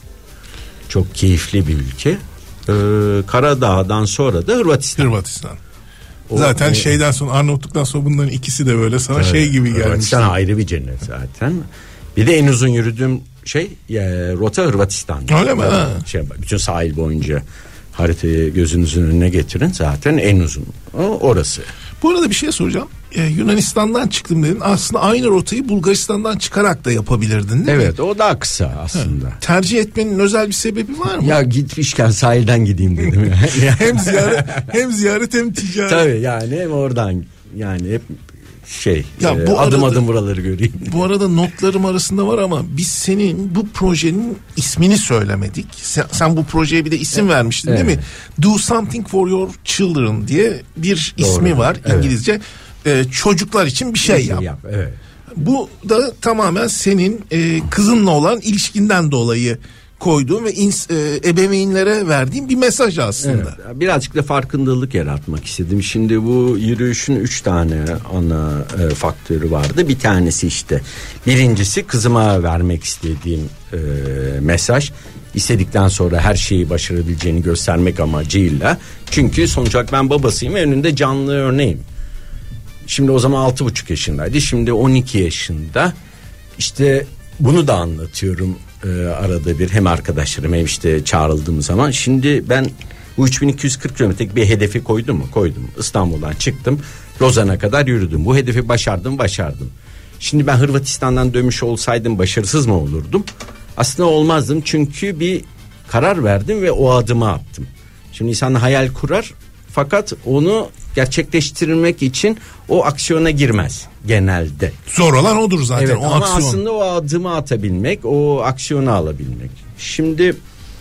[SPEAKER 3] Çok keyifli bir ülke. Ee, Karadağ'dan sonra da Hırvatistan.
[SPEAKER 2] Hırvatistan. O, zaten e, şeyden sonra Arnavutluk'tan sonra bunların ikisi de böyle sana evet, şey gibi gelmiş.
[SPEAKER 3] Hırvatistan ayrı bir cennet zaten. Bir de en uzun yürüdüğüm şey ya, rota Hırvatistan.
[SPEAKER 2] Öyle mi? Ha.
[SPEAKER 3] Şey, bütün sahil boyunca haritayı gözünüzün önüne getirin, zaten en uzun o, orası.
[SPEAKER 2] Bu arada bir şey soracağım. Ee, Yunanistan'dan çıktım dedin. Aslında aynı rotayı Bulgaristan'dan çıkarak da yapabilirdin değil
[SPEAKER 3] evet,
[SPEAKER 2] mi?
[SPEAKER 3] o daha kısa aslında.
[SPEAKER 2] Ha. Tercih etmenin özel bir sebebi var mı?
[SPEAKER 3] Ya gitmişken sahilden gideyim dedim.
[SPEAKER 2] hem ziyaret hem ziyaret hem ticaret.
[SPEAKER 3] Tabii yani hem oradan yani hep şey
[SPEAKER 2] ya
[SPEAKER 3] e,
[SPEAKER 2] bu
[SPEAKER 3] adım
[SPEAKER 2] arada,
[SPEAKER 3] adım buraları göreyim.
[SPEAKER 2] Bu arada notlarım arasında var ama biz senin bu projenin ismini söylemedik. Sen, sen bu projeye bir de isim evet. vermiştin evet. değil mi? Do Something for Your Children diye bir Doğru. ismi var İngilizce. Evet. Ee, çocuklar için bir şey, bir şey yap. yap evet. Bu da tamamen senin e, kızınla olan ilişkinden dolayı koyduğum ve ins, e, ebeveynlere verdiğim bir mesaj aslında.
[SPEAKER 3] Evet, birazcık da farkındalık yaratmak istedim. Şimdi bu yürüyüşün üç tane ana e, faktörü vardı. Bir tanesi işte birincisi kızıma vermek istediğim e, mesaj. İstedikten sonra her şeyi başarabileceğini göstermek amacıyla. Çünkü sonuç olarak ben babasıyım ve önünde canlı örneğim. Şimdi o zaman altı buçuk yaşındaydı. Şimdi on iki yaşında. İşte bunu da anlatıyorum e, arada bir. Hem arkadaşlarım hem işte çağrıldığım zaman. Şimdi ben bu üç bin iki yüz kırk kilometrelik bir hedefi koydum mu? Koydum. İstanbul'dan çıktım. Lozan'a kadar yürüdüm. Bu hedefi başardım, başardım. Şimdi ben Hırvatistan'dan dönmüş olsaydım başarısız mı olurdum? Aslında olmazdım. Çünkü bir karar verdim ve o adımı attım. Şimdi insan hayal kurar. Fakat onu gerçekleştirmek için o aksiyona girmez genelde.
[SPEAKER 2] Zor olan odur zaten evet, o
[SPEAKER 3] ama
[SPEAKER 2] aksiyon.
[SPEAKER 3] Aslında o adımı atabilmek, o aksiyonu alabilmek. Şimdi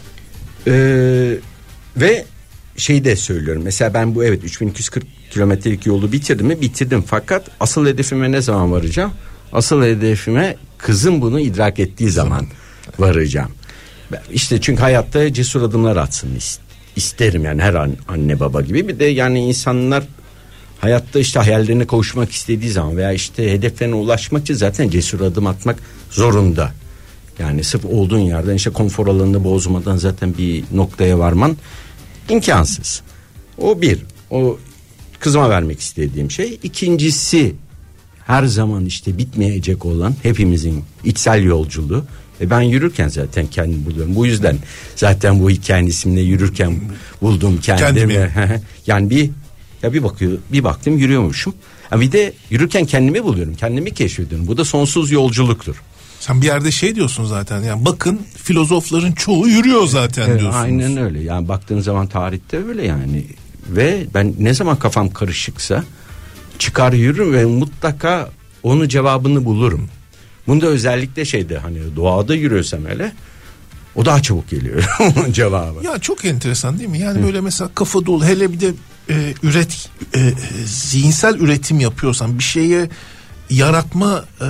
[SPEAKER 3] e, ve şeyi de söylüyorum. Mesela ben bu evet üç bin iki yüz kırk kilometrelik yolu bitirdim mi? Bitirdim. Fakat asıl hedefime ne zaman varacağım? Asıl hedefime kızım bunu idrak ettiği zaman varacağım. İşte çünkü hayatta cesur adımlar atsın istedim. İsterim yani her anne baba gibi. Bir de yani insanlar hayatta işte hayallerine kavuşmak istediği zaman veya işte hedeflerine ulaşmak için zaten cesur adım atmak zorunda. Yani sırf olduğun yerden işte konfor alanını bozmadan zaten bir noktaya varman imkansız. O bir. O kızıma vermek istediğim şey. İkincisi her zaman işte bitmeyecek olan hepimizin içsel yolculuğu. E ben yürürken zaten kendimi buluyorum. Bu yüzden zaten bu hikayenin ismini yürürken buldum kendimi. kendimi. Yani bir ya bir bakıyor, bir baktım yürüyormuşum. Ha bir de yürürken kendimi buluyorum. Kendimi keşfediyorum. Bu da sonsuz yolculuktur.
[SPEAKER 2] Sen bir yerde şey diyorsun zaten. Yani bakın filozofların çoğu yürüyor zaten
[SPEAKER 3] evet,
[SPEAKER 2] diyorsunuz.
[SPEAKER 3] Aynen öyle. Yani baktığın zaman tarihte öyle yani. Ve ben ne zaman kafam karışıksa çıkar yürürüm ve mutlaka onun cevabını bulurum. Bunda özellikle şeyde hani doğada yürüyorsam hele o daha çabuk geliyor cevabı.
[SPEAKER 2] Ya çok enteresan değil mi? Yani Hı. böyle mesela kafa dolu, hele bir de e, üret e, zihinsel üretim yapıyorsan, bir şeye yaratma e,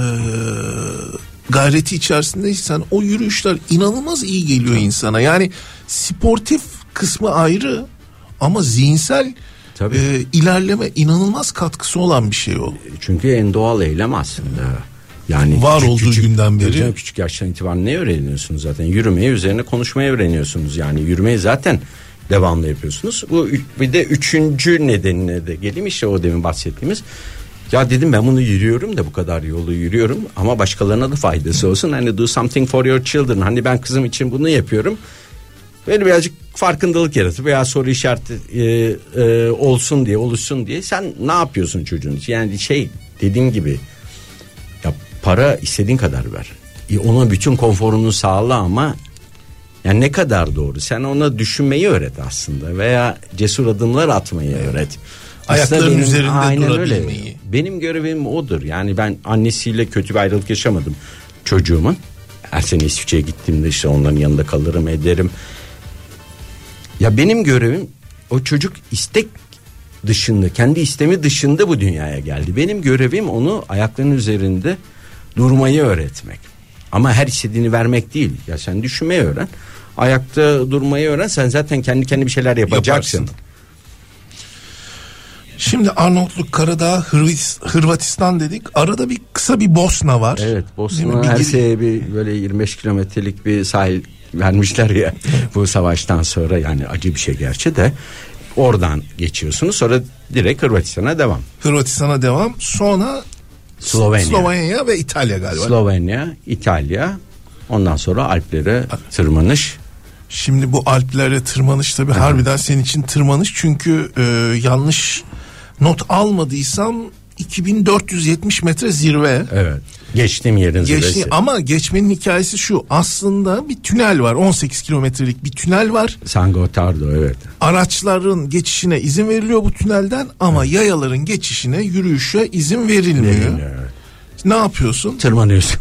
[SPEAKER 2] gayreti içerisindeysen o yürüyüşler inanılmaz iyi geliyor Tabii. insana. Yani sportif kısmı ayrı ama zihinsel Tabii. E, ilerleme inanılmaz katkısı olan bir şey oldu.
[SPEAKER 3] Çünkü en doğal eylem aslında. Yani
[SPEAKER 2] var
[SPEAKER 3] küçük,
[SPEAKER 2] olduğu
[SPEAKER 3] küçük,
[SPEAKER 2] günden beri.
[SPEAKER 3] Hocam, küçük yaştan itibaren ne öğreniyorsunuz zaten? Yürümeyi, üzerine konuşmayı öğreniyorsunuz. Yani yürümeyi zaten devamlı yapıyorsunuz. Bu bir de üçüncü nedenine de geleyim, işte o demin bahsettiğimiz. Ya dedim ben bunu yürüyorum da bu kadar yolu yürüyorum ama başkalarına da faydası olsun. Hani do something for your children. Hani ben kızım için bunu yapıyorum. Böyle birazcık farkındalık yaratıp veya soru işareti e, e, olsun diye, oluşsun diye. Sen ne yapıyorsun çocuğun için? Yani şey dediğin gibi ya para istediğin kadar ver. E, ona bütün konforunu sağla ama yani ne kadar doğru? Sen ona düşünmeyi öğret aslında veya cesur adımlar atmayı öğret.
[SPEAKER 2] Ayakların
[SPEAKER 3] benim,
[SPEAKER 2] üzerinde
[SPEAKER 3] aynen
[SPEAKER 2] durabilmeyi.
[SPEAKER 3] Öyle. Benim görevim odur. Yani ben annesiyle kötü bir ayrılık yaşamadım çocuğumun. Her sene İsviçre'ye gittiğimde işte onların yanında kalırım ederim. Ya benim görevim, o çocuk istek dışında, kendi istemi dışında bu dünyaya geldi. Benim görevim onu ayaklarının üzerinde durmayı öğretmek. Ama her istediğini vermek değil. Ya sen düşünmeyi öğren. Ayakta durmayı öğren. Sen zaten kendi kendi bir şeyler yapacaksın. Yaparsın.
[SPEAKER 2] Şimdi Arnavutluk, Karadağ, Hırvatistan dedik. Arada bir kısa bir Bosna var.
[SPEAKER 3] Evet, Bosna her şeye bir böyle yirmi beş kilometrelik bir sahil vermişler ya bu savaştan sonra, yani acı bir şey gerçi de. Oradan geçiyorsunuz, sonra direkt Hırvatistan'a devam.
[SPEAKER 2] Hırvatistan'a devam, sonra
[SPEAKER 3] Slovenya.
[SPEAKER 2] Slovenya ve İtalya galiba.
[SPEAKER 3] Slovenya, İtalya, ondan sonra Alplere tırmanış.
[SPEAKER 2] Şimdi bu Alplere tırmanış tabii evet. harbiden senin için tırmanış, çünkü e, yanlış not almadıysam iki bin dört yüz yetmiş metre zirve.
[SPEAKER 3] Evet. Geçtiğim yerin
[SPEAKER 2] Geçti,
[SPEAKER 3] zirvesi.
[SPEAKER 2] Ama geçmenin hikayesi şu: aslında bir tünel var, on sekiz kilometrelik bir tünel var.
[SPEAKER 3] San Gotardo, evet.
[SPEAKER 2] Araçların geçişine izin veriliyor bu tünelden ama evet. yayaların geçişine, yürüyüşe izin verilmiyor. Verilmiyor, evet. Ne yapıyorsun?
[SPEAKER 3] Tırmanıyorsun.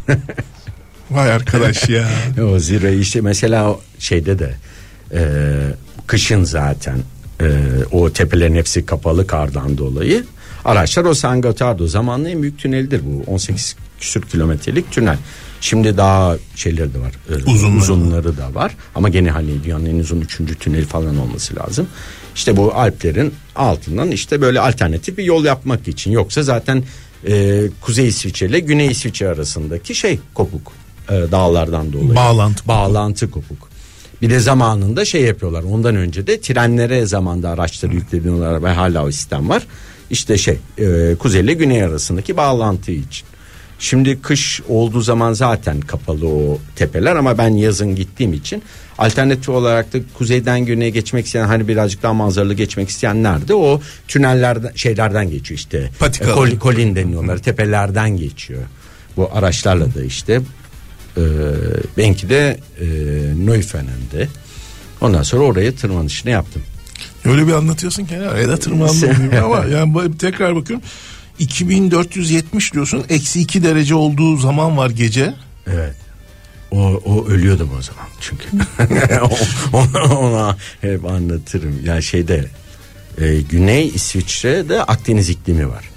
[SPEAKER 2] Vay arkadaş ya.
[SPEAKER 3] O zirve işte mesela şeyde de e, kışın zaten e, o tepelerin hepsi kapalı kardan dolayı. Araçlar o San Gotardo zamanla en büyük tüneldir bu, on sekiz küsur kilometrelik tünel. Şimdi daha şeyleri de var, e,
[SPEAKER 2] Uzunları.
[SPEAKER 3] uzunları da var ama gene hani dünyanın en uzun üçüncü tüneli falan olması lazım. İşte bu Alplerin altından işte böyle alternatif bir yol yapmak için, yoksa zaten e, Kuzey İsviçre ile Güney İsviçre arasındaki şey kopuk. Dağlardan dolayı.
[SPEAKER 2] Bağlantı.
[SPEAKER 3] Bağlantı kopuk. Bir de zamanında şey yapıyorlar. Ondan önce de trenlere zamanda araçları yükleniyorlar ve hala o sistem var. İşte şey e, kuzey ile güney arasındaki bağlantı için. Şimdi kış olduğu zaman zaten kapalı o tepeler ama ben yazın gittiğim için alternatif olarak da kuzeyden güneye geçmek isteyen, hani birazcık daha manzaralı geçmek isteyenler de o tünellerden, şeylerden geçiyor işte.
[SPEAKER 2] Patikalar.
[SPEAKER 3] Kol, kolin deniyorlar. Tepelerden geçiyor. Bu araçlarla da işte Ee, benki de e, Neufenen'de. Ondan sonra oraya tırmanışını yaptım.
[SPEAKER 2] Öyle bir anlatıyorsun ki oraya da tırmandım ama yani tekrar bakıyorum, iki bin dört yüz yetmiş diyorsun, eksi iki derece olduğu zaman var gece.
[SPEAKER 3] Evet. O, o ölüyordum o zaman çünkü. ona, ona hep anlatırım. Yani şeyde e, Güney İsviçre'de Akdeniz iklimi var.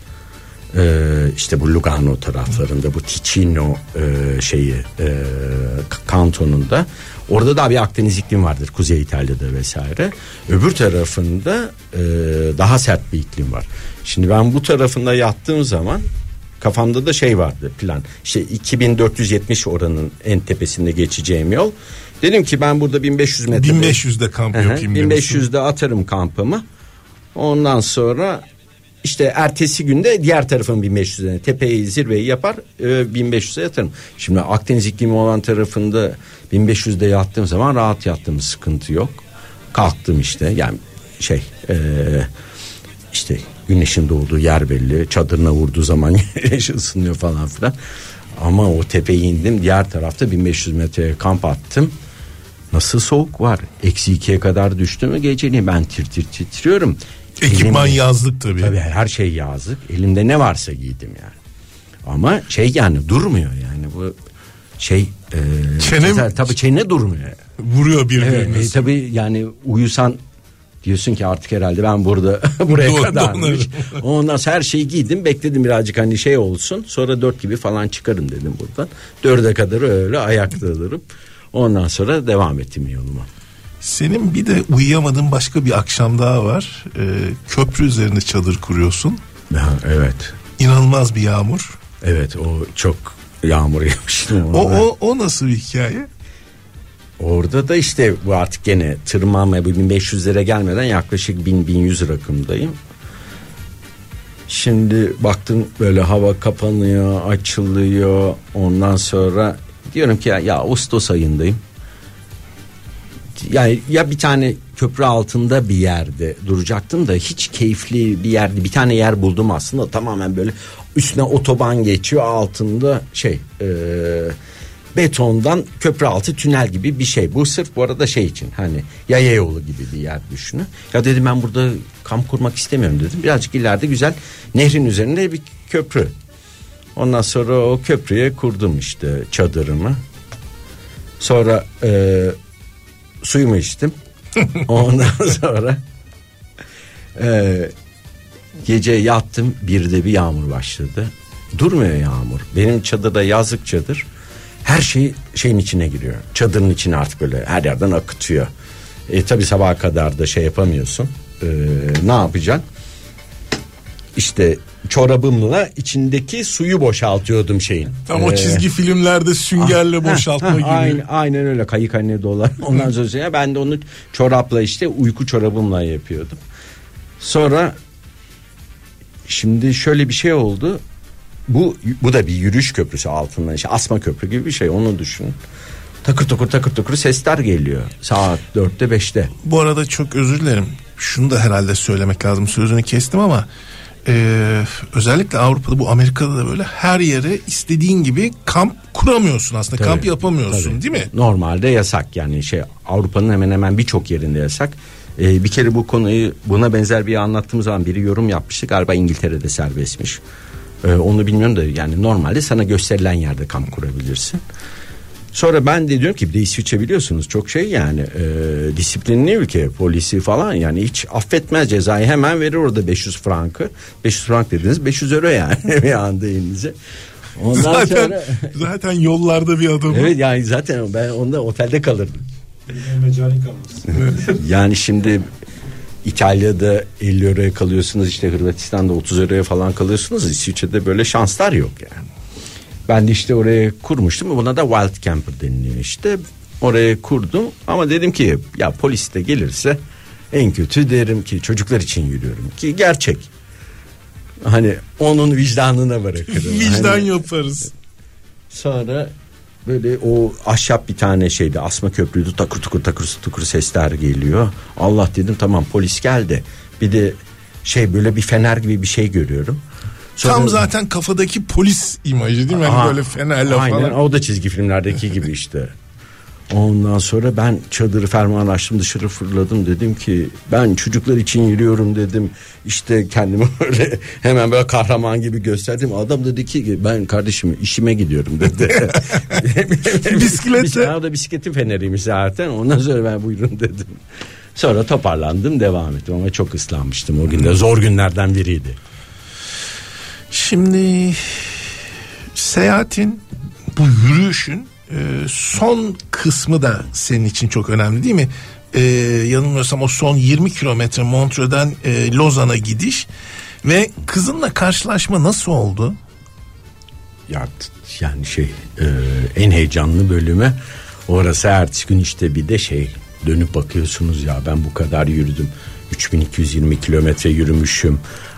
[SPEAKER 3] Ee, işte bu Lugano taraflarında, bu Ticino e, şeyi e, kantonunda, orada da bir Akdeniz iklim vardır, Kuzey İtalya'da vesaire. Öbür tarafında e, daha sert bir iklim var. Şimdi ben bu tarafında yattığım zaman kafamda da şey vardı, plan. İşte iki bin dört yüz yetmiş oranın en tepesinde geçeceğim yol. Dedim ki ben burada bin beş yüz metre,
[SPEAKER 2] bin beş yüzde kamp yapayım.
[SPEAKER 3] bin beş yüzde atarım kampımı. Ondan sonra İşte ertesi günde diğer tarafın bin beş yüzüne tepeyi zirveyi yapar e, bin beş yüze yatarım. Şimdi Akdeniz iklimi olan tarafında bin beş yüzde yattığım zaman rahat yattım, sıkıntı yok. Kalktım işte yani şey e, işte güneşin doğduğu yer belli, çadırına vurduğu zaman güneş ısınıyor falan filan. Ama o tepeye indim, diğer tarafta bin beş yüz metreye kamp attım. Nasıl soğuk var, eksi ikiye kadar düştü mü geceliğin ben tir tir titriyorum.
[SPEAKER 2] Ekipman
[SPEAKER 3] Elimde,
[SPEAKER 2] yazlık tabii.
[SPEAKER 3] Tabii her şey yazlık. Elimde ne varsa giydim yani. Ama şey yani durmuyor yani bu şey e,
[SPEAKER 2] Çenem,
[SPEAKER 3] tabii çene durmuyor.
[SPEAKER 2] Vuruyor birbirine.
[SPEAKER 3] Evet, e, tabii yani uyusan diyorsun ki artık herhalde ben burada buraya
[SPEAKER 2] Don,
[SPEAKER 3] kadarmış. Ondan sonra her şeyi giydim, bekledim birazcık hani şey olsun. Sonra dört gibi falan çıkarım dedim buradan. Dörde kadar öyle ayakta olurum. Ondan sonra devam ettim yoluma.
[SPEAKER 2] Senin bir de uyuyamadığın başka bir akşam daha var. Ee, köprü üzerinde çadır kuruyorsun.
[SPEAKER 3] Ha, evet.
[SPEAKER 2] İnanılmaz bir yağmur.
[SPEAKER 3] Evet, o çok yağmur yağmıştı.
[SPEAKER 2] O, o, o nasıl bir hikaye?
[SPEAKER 3] Orada da işte bu artık gene tırmanma bin beş yüzlere gelmeden yaklaşık bin bin yüz rakımdayım. Şimdi baktım böyle hava kapanıyor, açılıyor. Ondan sonra diyorum ki ya, ya Ağustos ayındayım. Yani ya bir tane köprü altında bir yerde duracaktım da hiç keyifli bir yerde bir tane yer buldum aslında, tamamen böyle üstüne otoban geçiyor, altında şey e, betondan köprü altı tünel gibi bir şey. Bu sırf bu arada şey için, hani yaya yolu gibi bir yer düşünün. Ya dedim ben burada kamp kurmak istemiyorum dedim. Birazcık ileride güzel nehrin üzerinde bir köprü. Ondan sonra o köprüye kurdum işte çadırımı. Sonra e, suyumu içtim. Ondan sonra e, gece yattım, birde bir yağmur başladı. Durmuyor yağmur. Benim çadırda yazlık çadır. Her şey şeyin içine giriyor. Çadırın içine artık böyle her yerden akıtıyor. E tabii sabaha kadar da şey yapamıyorsun. E, ne yapacaksın? İşte çorabımla içindeki suyu boşaltıyordum şeyin.
[SPEAKER 2] Tam
[SPEAKER 3] ee,
[SPEAKER 2] o çizgi filmlerde süngerle
[SPEAKER 3] ah,
[SPEAKER 2] boşaltma
[SPEAKER 3] ah,
[SPEAKER 2] gibi.
[SPEAKER 3] Aynen, aynen öyle, kayık haline dolar. Ondan sonra ben de onu çorapla işte uyku çorabımla yapıyordum. Sonra şimdi şöyle bir şey oldu. Bu bu da bir yürüyüş köprüsü altından, işte asma köprü gibi bir şey, onu düşünün. Takır takır takır takır sesler geliyor saat dörtte beşte.
[SPEAKER 2] Bu arada çok özür dilerim. Şunu da herhalde söylemek lazım. Sözünü kestim ama Ee, özellikle Avrupa'da, bu Amerika'da da böyle her yere istediğin gibi kamp kuramıyorsun aslında. Tabii, kamp yapamıyorsun tabii. Değil mi?
[SPEAKER 3] Normalde yasak yani, şey Avrupa'nın hemen hemen birçok yerinde yasak. Ee, bir kere bu konuyu, buna benzer bir anlattığımız zaman biri yorum yapmıştı, galiba İngiltere'de serbestmiş. Ee, onu bilmiyorum da yani normalde sana gösterilen yerde kamp kurabilirsin. Sonra ben de diyorum ki bir de İsviçre biliyorsunuz çok şey yani e, disiplinli ülke, polisi falan yani hiç affetmez, cezayı hemen verir orada beş yüz frankı. beş yüz frank dediniz beş yüz euro yani bir anda elinize.
[SPEAKER 2] Ondan zaten, sonra zaten yollarda bir adam.
[SPEAKER 3] Evet yani zaten ben onda otelde kalırdım. Yani şimdi İtalya'da elli euroya kalıyorsunuz, işte Hırvatistan'da otuz euroya falan kalıyorsunuz. İsviçre'de böyle şanslar yok yani. Ben de işte oraya kurmuştum. Buna da wild camper deniliyor işte. Oraya kurdum ama dedim ki ya polis de gelirse en kötü derim ki çocuklar için yürüyorum ki gerçek. Hani onun vicdanına bırakırım.
[SPEAKER 2] Vicdan
[SPEAKER 3] hani,
[SPEAKER 2] yaparız.
[SPEAKER 3] Sonra böyle o ahşap bir tane şeydi, asma köprüydü, takır takır takır takır sesler geliyor. Allah dedim, tamam polis geldi. Bir de şey böyle bir fener gibi bir şey görüyorum. Sonra,
[SPEAKER 2] tam zaten kafadaki polis imajı değil mi? Yani böyle fenerle
[SPEAKER 3] aynen,
[SPEAKER 2] falan.
[SPEAKER 3] O da çizgi filmlerdeki gibi işte. Ondan sonra ben çadırı fermuarını açtım, dışarı fırladım, dedim ki ben çocuklar için yürüyorum dedim. İşte kendimi böyle hemen böyle kahraman gibi gösterdim. Adam dedi ki ben kardeşim işime gidiyorum dedi.
[SPEAKER 2] Bisikletle.
[SPEAKER 3] O da bisikletin feneriymiş zaten. Ondan sonra ben buyurun dedim. Sonra toparlandım, devam ettim ama çok ıslanmıştım o günde. Zor günlerden biriydi.
[SPEAKER 2] Şimdi seyahatin, bu yürüyüşün e, son kısmı da senin için çok önemli değil mi? E, yanılmıyorsam o son yirmi kilometre Montreux'den e, Lozan'a gidiş ve kızınla karşılaşma nasıl oldu?
[SPEAKER 3] Ya yani şey e, en heyecanlı bölümü orası. Ertesi gün işte bir de şey, dönüp bakıyorsunuz ya ben bu kadar yürüdüm, üç bin iki yüz yirmi kilometre yürümüşüm.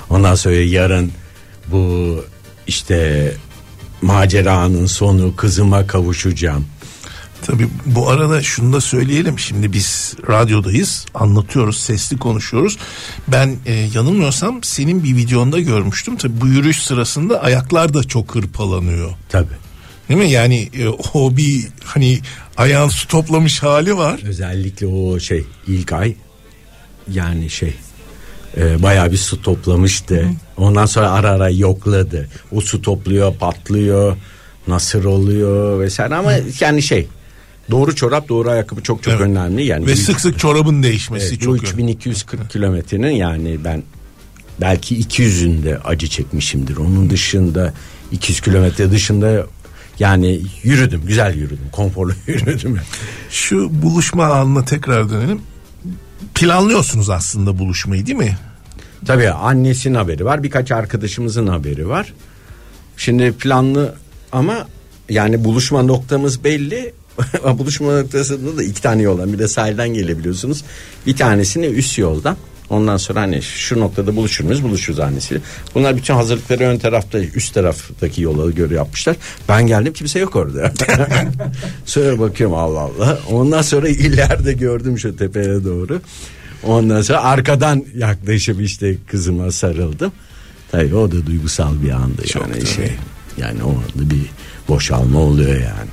[SPEAKER 3] Ondan sonra yarın bu işte maceranın sonu, kızıma kavuşacağım.
[SPEAKER 2] Tabii bu arada şunu da söyleyelim. Şimdi biz radyodayız, anlatıyoruz, sesli konuşuyoruz. Ben e, yanılmıyorsam senin bir videonda görmüştüm. Tabii bu yürüyüş sırasında ayaklar da çok hırpalanıyor.
[SPEAKER 3] Tabii.
[SPEAKER 2] Değil mi? Yani e, o bir hani ayağın su toplamış hali var.
[SPEAKER 3] Özellikle o şey ilk ay yani şey e, bayağı bir su toplamıştı. Hı. Ondan sonra ara ara yokladı. O su topluyor, patlıyor, nasır oluyor vesaire ama Hı. yani şey doğru çorap, doğru ayakkabı çok çok evet. önemli yani.
[SPEAKER 2] Ve sık sık çorabın değişmesi
[SPEAKER 3] evet,
[SPEAKER 2] çok önemli.
[SPEAKER 3] Bu üç bin iki yüz kırk kilometrenin yani ben belki iki yüzünde acı çekmişimdir. Onun dışında iki yüz kilometre dışında yani yürüdüm, güzel yürüdüm, konforlu yürüdüm.
[SPEAKER 2] Şu buluşma anına tekrar dönelim. Planlıyorsunuz aslında buluşmayı değil mi?
[SPEAKER 3] Tabii annesinin haberi var, birkaç arkadaşımızın haberi var. Şimdi planlı ama yani buluşma noktamız belli. Buluşma noktasında da iki tane yol var. Bir de sahilden gelebiliyorsunuz. Bir tanesini üst yoldan. Ondan sonra hani şu noktada buluşur muyuz? Buluşuruz annesiyle. Bunlar bütün hazırlıkları ön tarafta, üst taraftaki yola göre yapmışlar. Ben geldim, kimse yok orada. Sonra bakıyorum Allah Allah. Ondan sonra ileride gördüm şu tepeye doğru. Ondan sonra arkadan yaklaşıp işte kızıma sarıldım. Tabii o da duygusal bir andı. Çok yani şey. Yani o anda bir boşalma oluyor yani.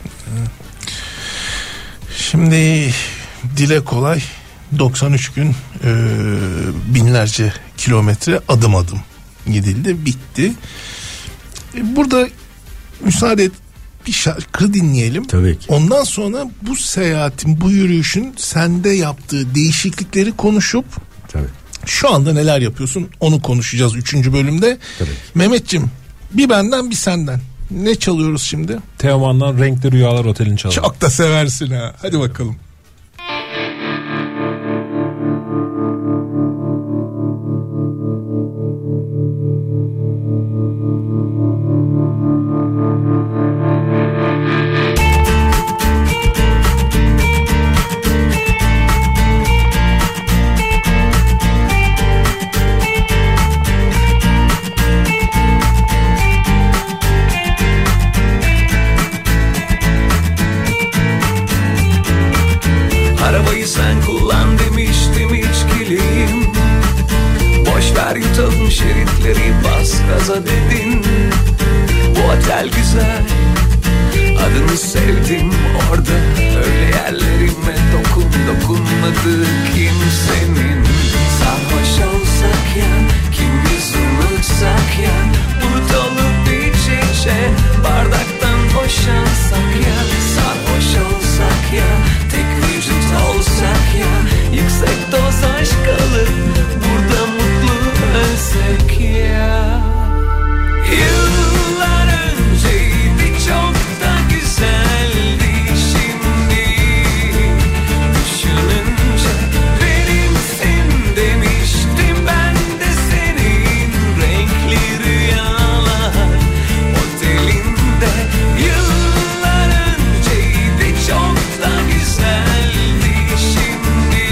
[SPEAKER 2] Şimdi dile kolay doksan üç gün e, binlerce kilometre adım adım gidildi, bitti. E, burada müsaade et, bir şarkı dinleyelim.
[SPEAKER 3] Tabii ki.
[SPEAKER 2] Ondan sonra bu seyahatin, bu yürüyüşün sende yaptığı değişiklikleri konuşup
[SPEAKER 3] tabii.
[SPEAKER 2] şu anda neler yapıyorsun onu konuşacağız üçüncü bölümde.
[SPEAKER 3] Tabii.
[SPEAKER 2] Mehmetciğim, bir benden bir senden. Ne çalıyoruz şimdi?
[SPEAKER 5] Teoman'dan Renkli Rüyalar Oteli'ni çalalım.
[SPEAKER 2] Çok da seversin ha. Hadi bakalım.
[SPEAKER 4] Arabayı sen kullan demiştim içkiliyim. Boş ver yutalım şeritleri, bas gaza dedin. Bu otel güzel, adını sevdim. Orada öyle yerlerime dokun dokunmadı kimsenin. Sarhoş olsak ya, kimiz unutsak ya, bulut olup iç içe bardaktan boşansak ya. Sarhoş olsak ya, tek vücut olsak ya, yüksek doz aşk alıp burada mutlu ölsek ya. Yıllar önceydi, çok da güzeldi şimdi. Düşününce benimsin demiştim ben de senin. Renkli rüyalar otelinde. Yıllar önceydi, çok da güzeldi şimdi.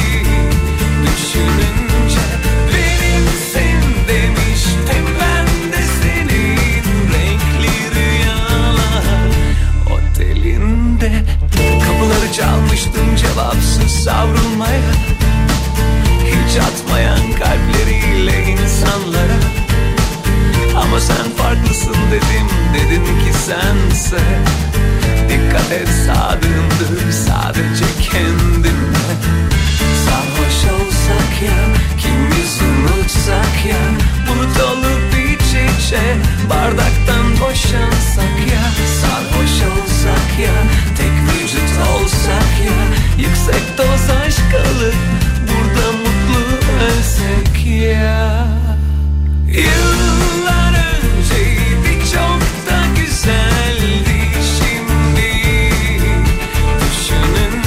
[SPEAKER 4] Düşününce benimsin demiştim ben de senin. Renkli rüyalar otelinde. Kapıları çalmıştım cevapsız savrulmaya, hiç atmayan kalpleriyle insanlara. Ama sen farklısın dedim, dedin ki sense. Dikkat et, sadığımdır sadece kendime. Sarhoş olsak ya, kimiz unutsak ya, bulut olup iç içe bardaktan boşansak ya. Sarhoş olsak ya, tek vücut olsak ya, yüksek doz aşk alıp burada mutlu ölsek ya. Yıllar önceydi, çok da güzeldi şimdi. Düşünün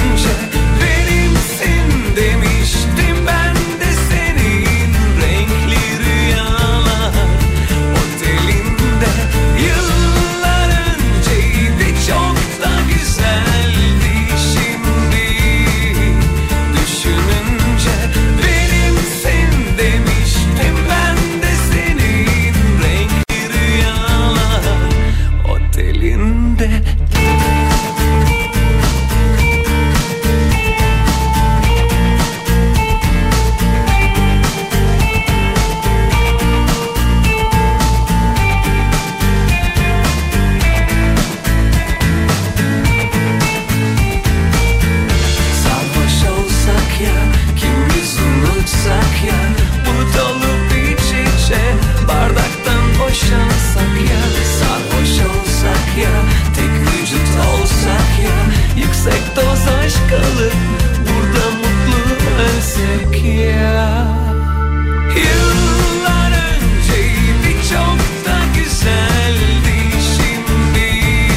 [SPEAKER 4] kalıp burada mutlu ölsek ya. Yıllar önceydi, çok da güzeldi şimdi.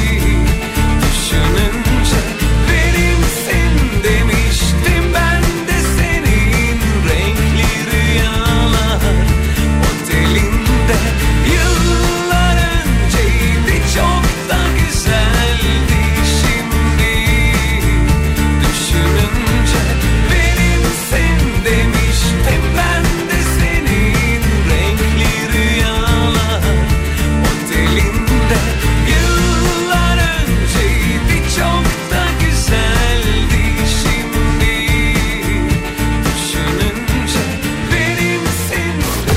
[SPEAKER 4] Düşününce benimsin demiştim ben de senin renkli rüyalar otelinde. Yıllar önceydi, çok da güzeldi şimdi. Düşününce benimsin demiştim ben de senin renkli rüyalar otelinde. Yıllar önceydi, çok da güzeldi şimdi. Düşününce benimsin.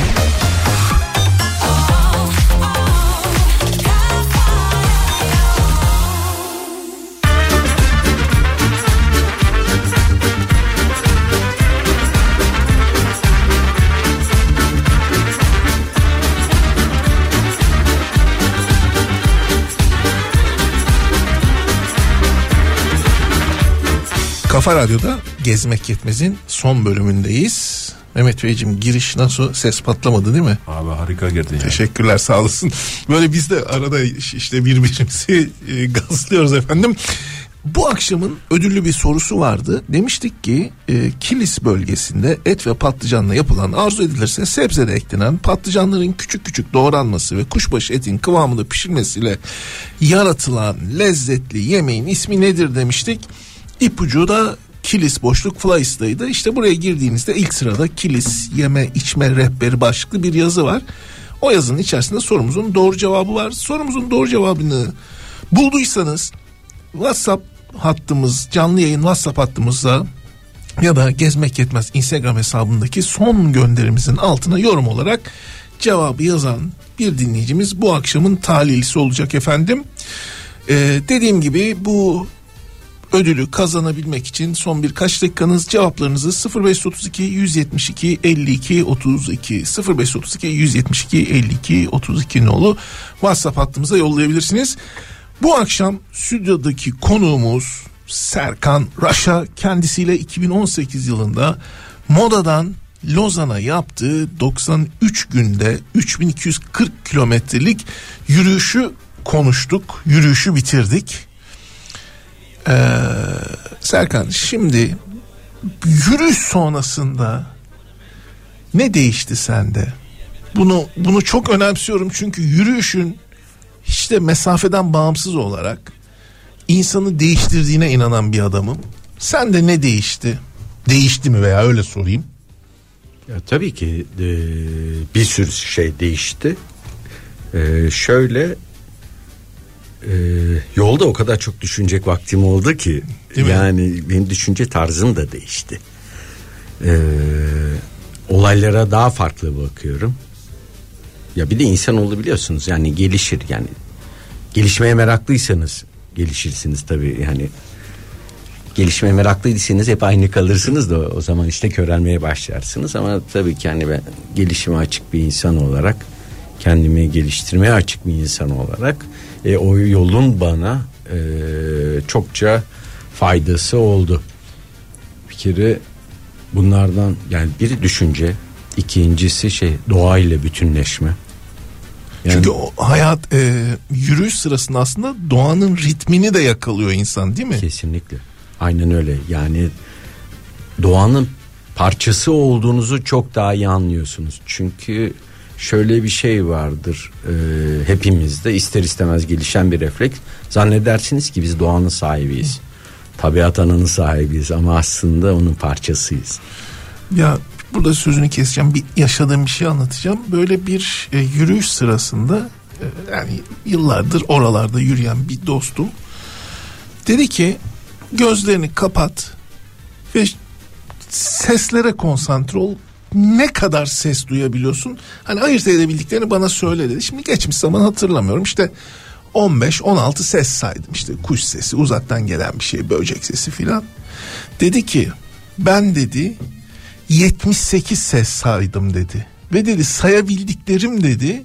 [SPEAKER 2] Kafa Radyo'da Gezmek Yetmez'in son bölümündeyiz. Mehmet Beyciğim, giriş nasıl? Ses patlamadı değil mi?
[SPEAKER 5] Abi harika girdin ya.
[SPEAKER 2] Teşekkürler, sağ olasın. Böyle biz de arada işte birbirimizi e, gazlıyoruz efendim. Bu akşamın ödüllü bir sorusu vardı. Demiştik ki e, Kilis bölgesinde et ve patlıcanla yapılan, arzu edilirse sebze de eklenen patlıcanların küçük küçük doğranması ve kuşbaşı etin kıvamında pişirmesiyle yaratılan lezzetli yemeğin ismi nedir demiştik. İpucu da Kilis boşluk Fly's'taydı. İşte buraya girdiğinizde ilk sırada Kilis yeme içme rehberi başlıklı bir yazı var. O yazının içerisinde sorumuzun doğru cevabı var. Sorumuzun doğru cevabını bulduysanız WhatsApp hattımız, canlı yayın WhatsApp hattımıza ya da Gezmek Yetmez Instagram hesabındaki son gönderimizin altına yorum olarak cevabı yazan bir dinleyicimiz bu akşamın talihlisi olacak efendim. Ee, dediğim gibi bu ödülü kazanabilmek için son birkaç dakikanız, cevaplarınızı sıfır beş otuz iki yüz yetmiş iki elli iki otuz iki sıfır beş otuz iki yüz yetmiş iki elli iki otuz iki nolu WhatsApp hattımıza yollayabilirsiniz. Bu akşam stüdyodaki konuğumuz Serkan Raşa. Kendisiyle iki bin on sekiz yılında Moda'dan Lozan'a yaptığı doksan üç günde üç bin iki yüz kırk kilometrelik yürüyüşü konuştuk. Yürüyüşü bitirdik. Ee, Serkan, şimdi yürüyüş sonrasında ne değişti sende? Bunu bunu çok önemsiyorum çünkü yürüyüşün işte mesafeden bağımsız olarak insanı değiştirdiğine inanan bir adamım. Sende ne değişti? Değişti mi veya öyle sorayım.
[SPEAKER 3] Ya tabii ki e, bir sürü şey değişti. E, şöyle e, yolda o kadar çok düşünecek vaktim oldu ki, yani benim düşünce tarzım da değişti. E, olaylara daha farklı bakıyorum. Ya bir de insanoğlu biliyorsunuz, yani gelişir, yani gelişmeye meraklıysanız gelişirsiniz tabii, yani gelişmeye meraklıysanız hep aynı kalırsınız da o zaman işte körelmeye başlarsınız. Ama tabii ki hani ben gelişime açık bir insan olarak, kendimi geliştirmeye açık bir insan olarak e, o yolun bana e, çokça faydası oldu. Bir kere bunlardan, yani biri düşünce, ikincisi şey doğayla bütünleşme. Yani,
[SPEAKER 2] çünkü o hayat e, yürüyüş sırasında aslında doğanın ritmini de yakalıyor insan, değil mi?
[SPEAKER 3] Kesinlikle. Aynen öyle. Yani doğanın parçası olduğunuzu çok daha iyi anlıyorsunuz. Çünkü şöyle bir şey vardır, e, hepimizde ister istemez gelişen bir refleks. Zannedersiniz ki biz doğanın sahibiyiz. Tabiat ananın sahibiyiz ama aslında onun parçasıyız.
[SPEAKER 2] Ya burada sözünü keseceğim, bir yaşadığım bir şey anlatacağım. Böyle bir e, yürüyüş sırasında e, yani yıllardır oralarda yürüyen bir dostum dedi ki gözlerini kapat ve seslere konsantre ol. Ne kadar ses duyabiliyorsun? Hani ayırt edebildiklerini bana söyle dedi. Şimdi geçmiş zaman hatırlamıyorum. İşte on beş on altı ses saydım. İşte kuş sesi, uzaktan gelen bir şey, böcek sesi filan. Dedi ki ben dedi yetmiş sekiz ses saydım dedi. Ve dedi sayabildiklerim dedi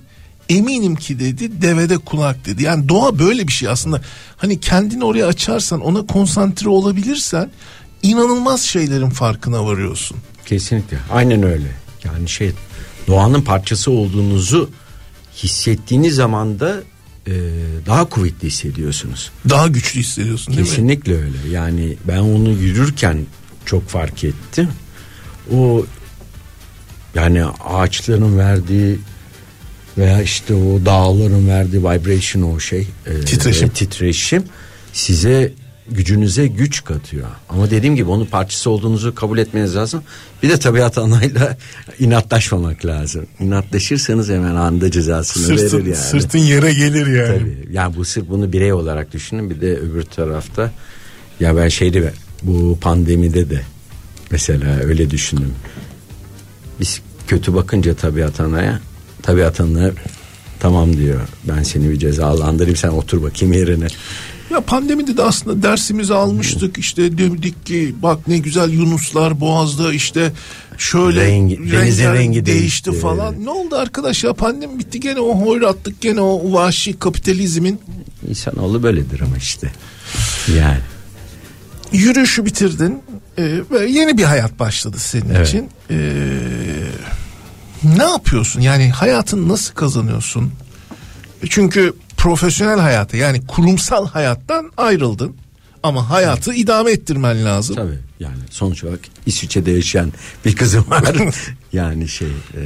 [SPEAKER 2] eminim ki dedi devede kulak dedi. Yani doğa böyle bir şey aslında. Hani kendini oraya açarsan, ona konsantre olabilirsen inanılmaz şeylerin farkına varıyorsun.
[SPEAKER 3] Kesinlikle. Aynen öyle. Yani şey, doğanın parçası olduğunuzu hissettiğiniz zaman da e, daha kuvvetli hissediyorsunuz.
[SPEAKER 2] Daha güçlü hissediyorsun değil
[SPEAKER 3] Kesinlikle mi? Kesinlikle öyle. Yani ben onu yürürken çok fark ettim. O yani ağaçların verdiği veya işte o dağların verdiği vibration, o şey e,
[SPEAKER 2] titreşim.
[SPEAKER 3] titreşim size, gücünüze güç katıyor. Ama dediğim gibi onun parçası olduğunuzu kabul etmeniz lazım. Bir de tabiat anayla inatlaşmamak lazım. İnatlaşırsanız hemen anında cezasını
[SPEAKER 2] sırtın,
[SPEAKER 3] verir yani.
[SPEAKER 2] Sırtın yere gelir yani.
[SPEAKER 3] Tabii. Yani bu sırf bunu birey olarak düşünün. Bir de öbür tarafta ya ben şeydi, bu pandemide de mesela öyle düşündüm. Biz kötü bakınca tabiat anaya, tabiat ana tamam diyor, ben seni bir cezalandırayım, sen otur bakayım yerine.
[SPEAKER 2] Ya pandemide de aslında dersimizi almıştık, işte dedik ki bak ne güzel yunuslar boğazda, işte şöyle
[SPEAKER 3] rengi, denizin rengi
[SPEAKER 2] değişti
[SPEAKER 3] değişti
[SPEAKER 2] falan. Ne oldu arkadaş ya, pandemi bitti, gene o hoyratlık, gene o vahşi kapitalizmin.
[SPEAKER 3] İnsanoğlu böyledir ama işte. Yani.
[SPEAKER 2] Yürüyüşü bitirdin ee, ve yeni bir hayat başladı senin
[SPEAKER 3] evet.
[SPEAKER 2] için. Ee, ne yapıyorsun? Yani hayatını nasıl kazanıyorsun? Çünkü profesyonel hayata, yani kurumsal hayattan ayrıldın ama hayatı idame ettirmen lazım.
[SPEAKER 3] Tabii, yani sonuç olarak İsviçre'de yaşayan bir kızım var. Yani şey e,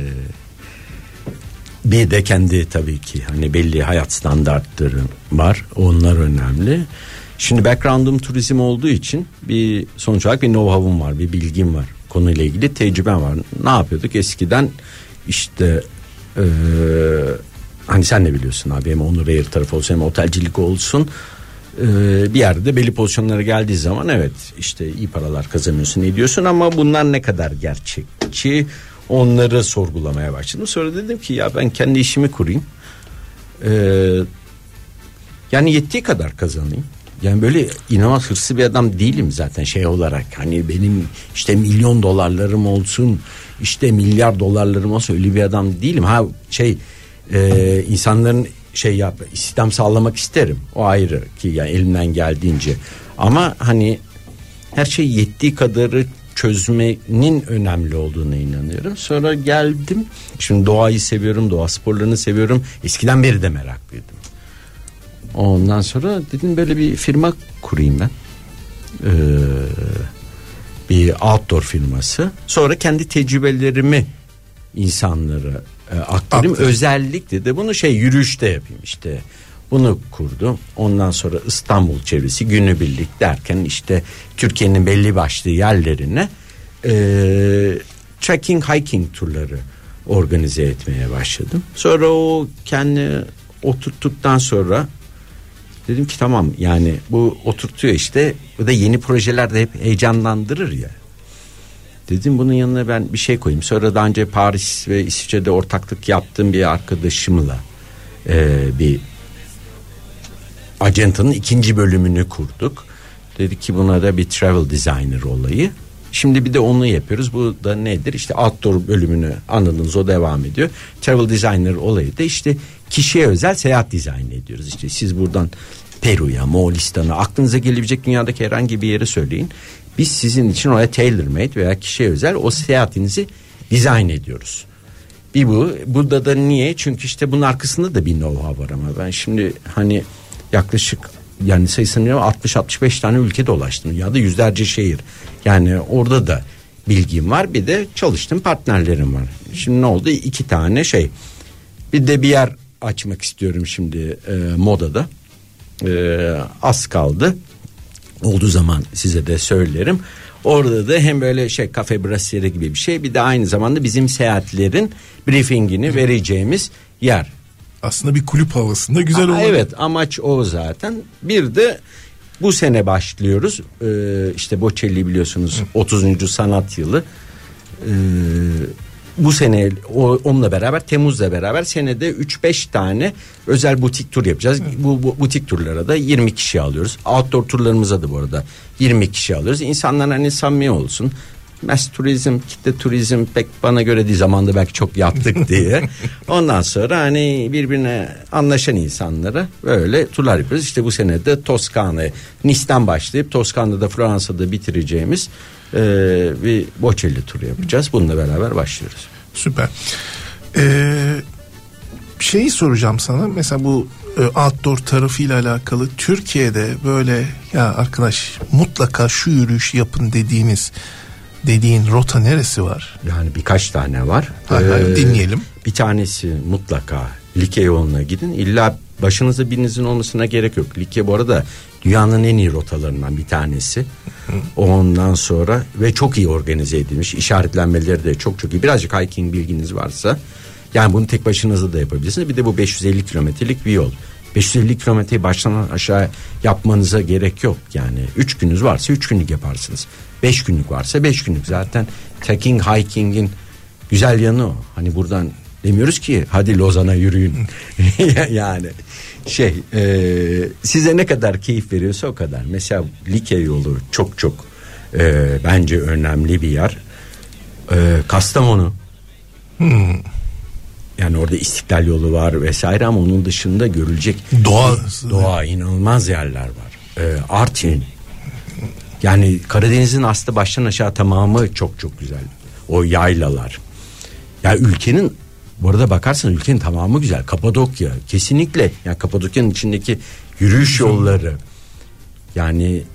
[SPEAKER 3] bir de kendi tabii ki hani belli hayat standartları var, onlar önemli. Şimdi background'um turizm olduğu için bir sonuç olarak bir know-how'um var, bir bilgim var, konuyla ilgili tecrübem var. Ne yapıyorduk eskiden işte eee hani sen de biliyorsun abi, hem Onur Air tarafı olsun hem otelcilik olsun, ee, bir yerde belli pozisyonlara geldiği zaman evet işte iyi paralar kazanıyorsun, ne diyorsun, ama bunlar ne kadar gerçekçi, onları sorgulamaya başladım. Sonra dedim ki ya ben kendi işimi kurayım, ee, yani yettiği kadar kazanayım. Yani böyle inanılmaz hırslı bir adam değilim zaten şey olarak, hani benim işte milyon dolarlarım olsun, işte milyar dolarlarım olsun, öyle bir adam değilim. Ha şey Ee, insanların şey yap, istihdam sağlamak isterim, o ayrı ki yani elimden geldiğince, ama hani her şey yettiği kadarı çözmenin önemli olduğuna inanıyorum. Sonra geldim, şimdi doğayı seviyorum, doğa sporlarını seviyorum, eskiden beri de meraklıydım. Ondan sonra dedim böyle bir firma kurayım ben, ee, bir outdoor firması. Sonra kendi tecrübelerimi insanlara e, aktarayım.
[SPEAKER 2] Aktar.
[SPEAKER 3] Özellikle de bunu şey yürüyüşte yapayım işte. Bunu kurdum. Ondan sonra İstanbul çevresi, günübirlik derken işte Türkiye'nin belli başlı yerlerine e, trekking, hiking turları organize etmeye başladım. Sonra o kendi oturttuktan sonra dedim ki tamam, yani bu oturtuyor işte. Bu da yeni projeler de hep heyecanlandırır ya. Dedim bunun yanına ben bir şey koyayım. Sonra daha önce Paris ve İsviçre'de ortaklık yaptığım bir arkadaşımla e, bir ajantanın ikinci bölümünü kurduk. Dedik ki buna da bir travel designer olayı. Şimdi bir de onu yapıyoruz. Bu da nedir? İşte outdoor bölümünü anladınız, o devam ediyor. Travel designer olayı da işte kişiye özel seyahat dizaynı ediyoruz. İşte siz buradan Peru'ya, Moğolistan'a, aklınıza gelebilecek dünyadaki herhangi bir yere söyleyin. Biz sizin için oraya tailor made veya kişiye özel o seyahatinizi dizayn ediyoruz. Bir bu. Burada da niye? Çünkü işte bunun arkasında da bir know-how var, ama ben şimdi hani yaklaşık yani sayısını altmış altmış beş tane ülke dolaştım ya da yüzlerce şehir. Yani orada da bilgim var, bir de çalıştığım partnerlerim var. Şimdi ne oldu? İki tane şey. Bir de bir yer açmak istiyorum şimdi e, modada. E, az kaldı. Olduğu zaman size de söylerim. Orada da hem böyle şey kafe brasserie gibi bir şey, bir de aynı zamanda bizim seyahatlerin briefingini vereceğimiz yer.
[SPEAKER 2] Aslında bir kulüp havasında güzel olur.
[SPEAKER 3] Evet, amaç o zaten. Bir de bu sene başlıyoruz. Ee, işte Bocelli biliyorsunuz otuzuncu sanat yılı. Ee, bu sene o, onunla beraber Temmuz'la beraber senede üç beş tane özel butik tur yapacağız. Bu, bu butik turlara da yirmi kişi alıyoruz. Outdoor turlarımıza da bu arada yirmi kişi alıyoruz. İnsanlar hani samimi olsun. mass turizm, kitle turizm pek bana göre değil, zamanda belki çok yaptık diye. Ondan sonra hani birbirine anlaşan insanlara böyle turlar yapıyoruz. İşte bu sene de Toskana, Nice'den başlayıp Toskana'da, Fransa'da bitireceğimiz e, bir Bocelli turu yapacağız. Bununla beraber başlıyoruz.
[SPEAKER 2] Süper. Ee, şeyi soracağım sana. Mesela bu e, outdoor tarafıyla alakalı Türkiye'de böyle ya arkadaş mutlaka şu yürüyüşü yapın dediğiniz dediğin rota neresi var?
[SPEAKER 3] Yani birkaç tane var.
[SPEAKER 2] Hay hay,
[SPEAKER 3] Ee,
[SPEAKER 2] dinleyelim.
[SPEAKER 3] Bir tanesi mutlaka Likya yoluna gidin. İlla başınızda birinizin olmasına gerek yok. Likya bu arada dünyanın en iyi rotalarından bir tanesi. Ondan sonra ve çok iyi organize edilmiş. İşaretlenmeleri de çok çok iyi. Birazcık hiking bilginiz varsa yani bunu tek başınıza da yapabilirsiniz. Bir de bu beş yüz elli kilometrelik bir yol. beş yüz elli kilometreyi baştan aşağı yapmanıza gerek yok. Yani üç gününüz varsa üç günlük yaparsınız. beş günlük varsa beş günlük. Zaten trekking, hiking'in güzel yanı o. Hani buradan demiyoruz ki hadi Lozan'a yürüyün. Yani şey e, size ne kadar keyif veriyorsa o kadar. Mesela Likya yolu çok çok e, bence önemli bir yer. E, Kastamonu.
[SPEAKER 2] Hmm.
[SPEAKER 3] Yani orada İstiklal yolu var vesaire ama onun dışında görülecek
[SPEAKER 2] doğa
[SPEAKER 3] doğa inanılmaz yerler var. E, Artvin. Yani Karadeniz'in aslında baştan aşağı tamamı çok çok güzel. O yaylalar. Ya ülkenin bu arada bakarsanız ülkenin tamamı güzel. Kapadokya kesinlikle. Yani Kapadokya'nın içindeki yürüyüş yolları. Yani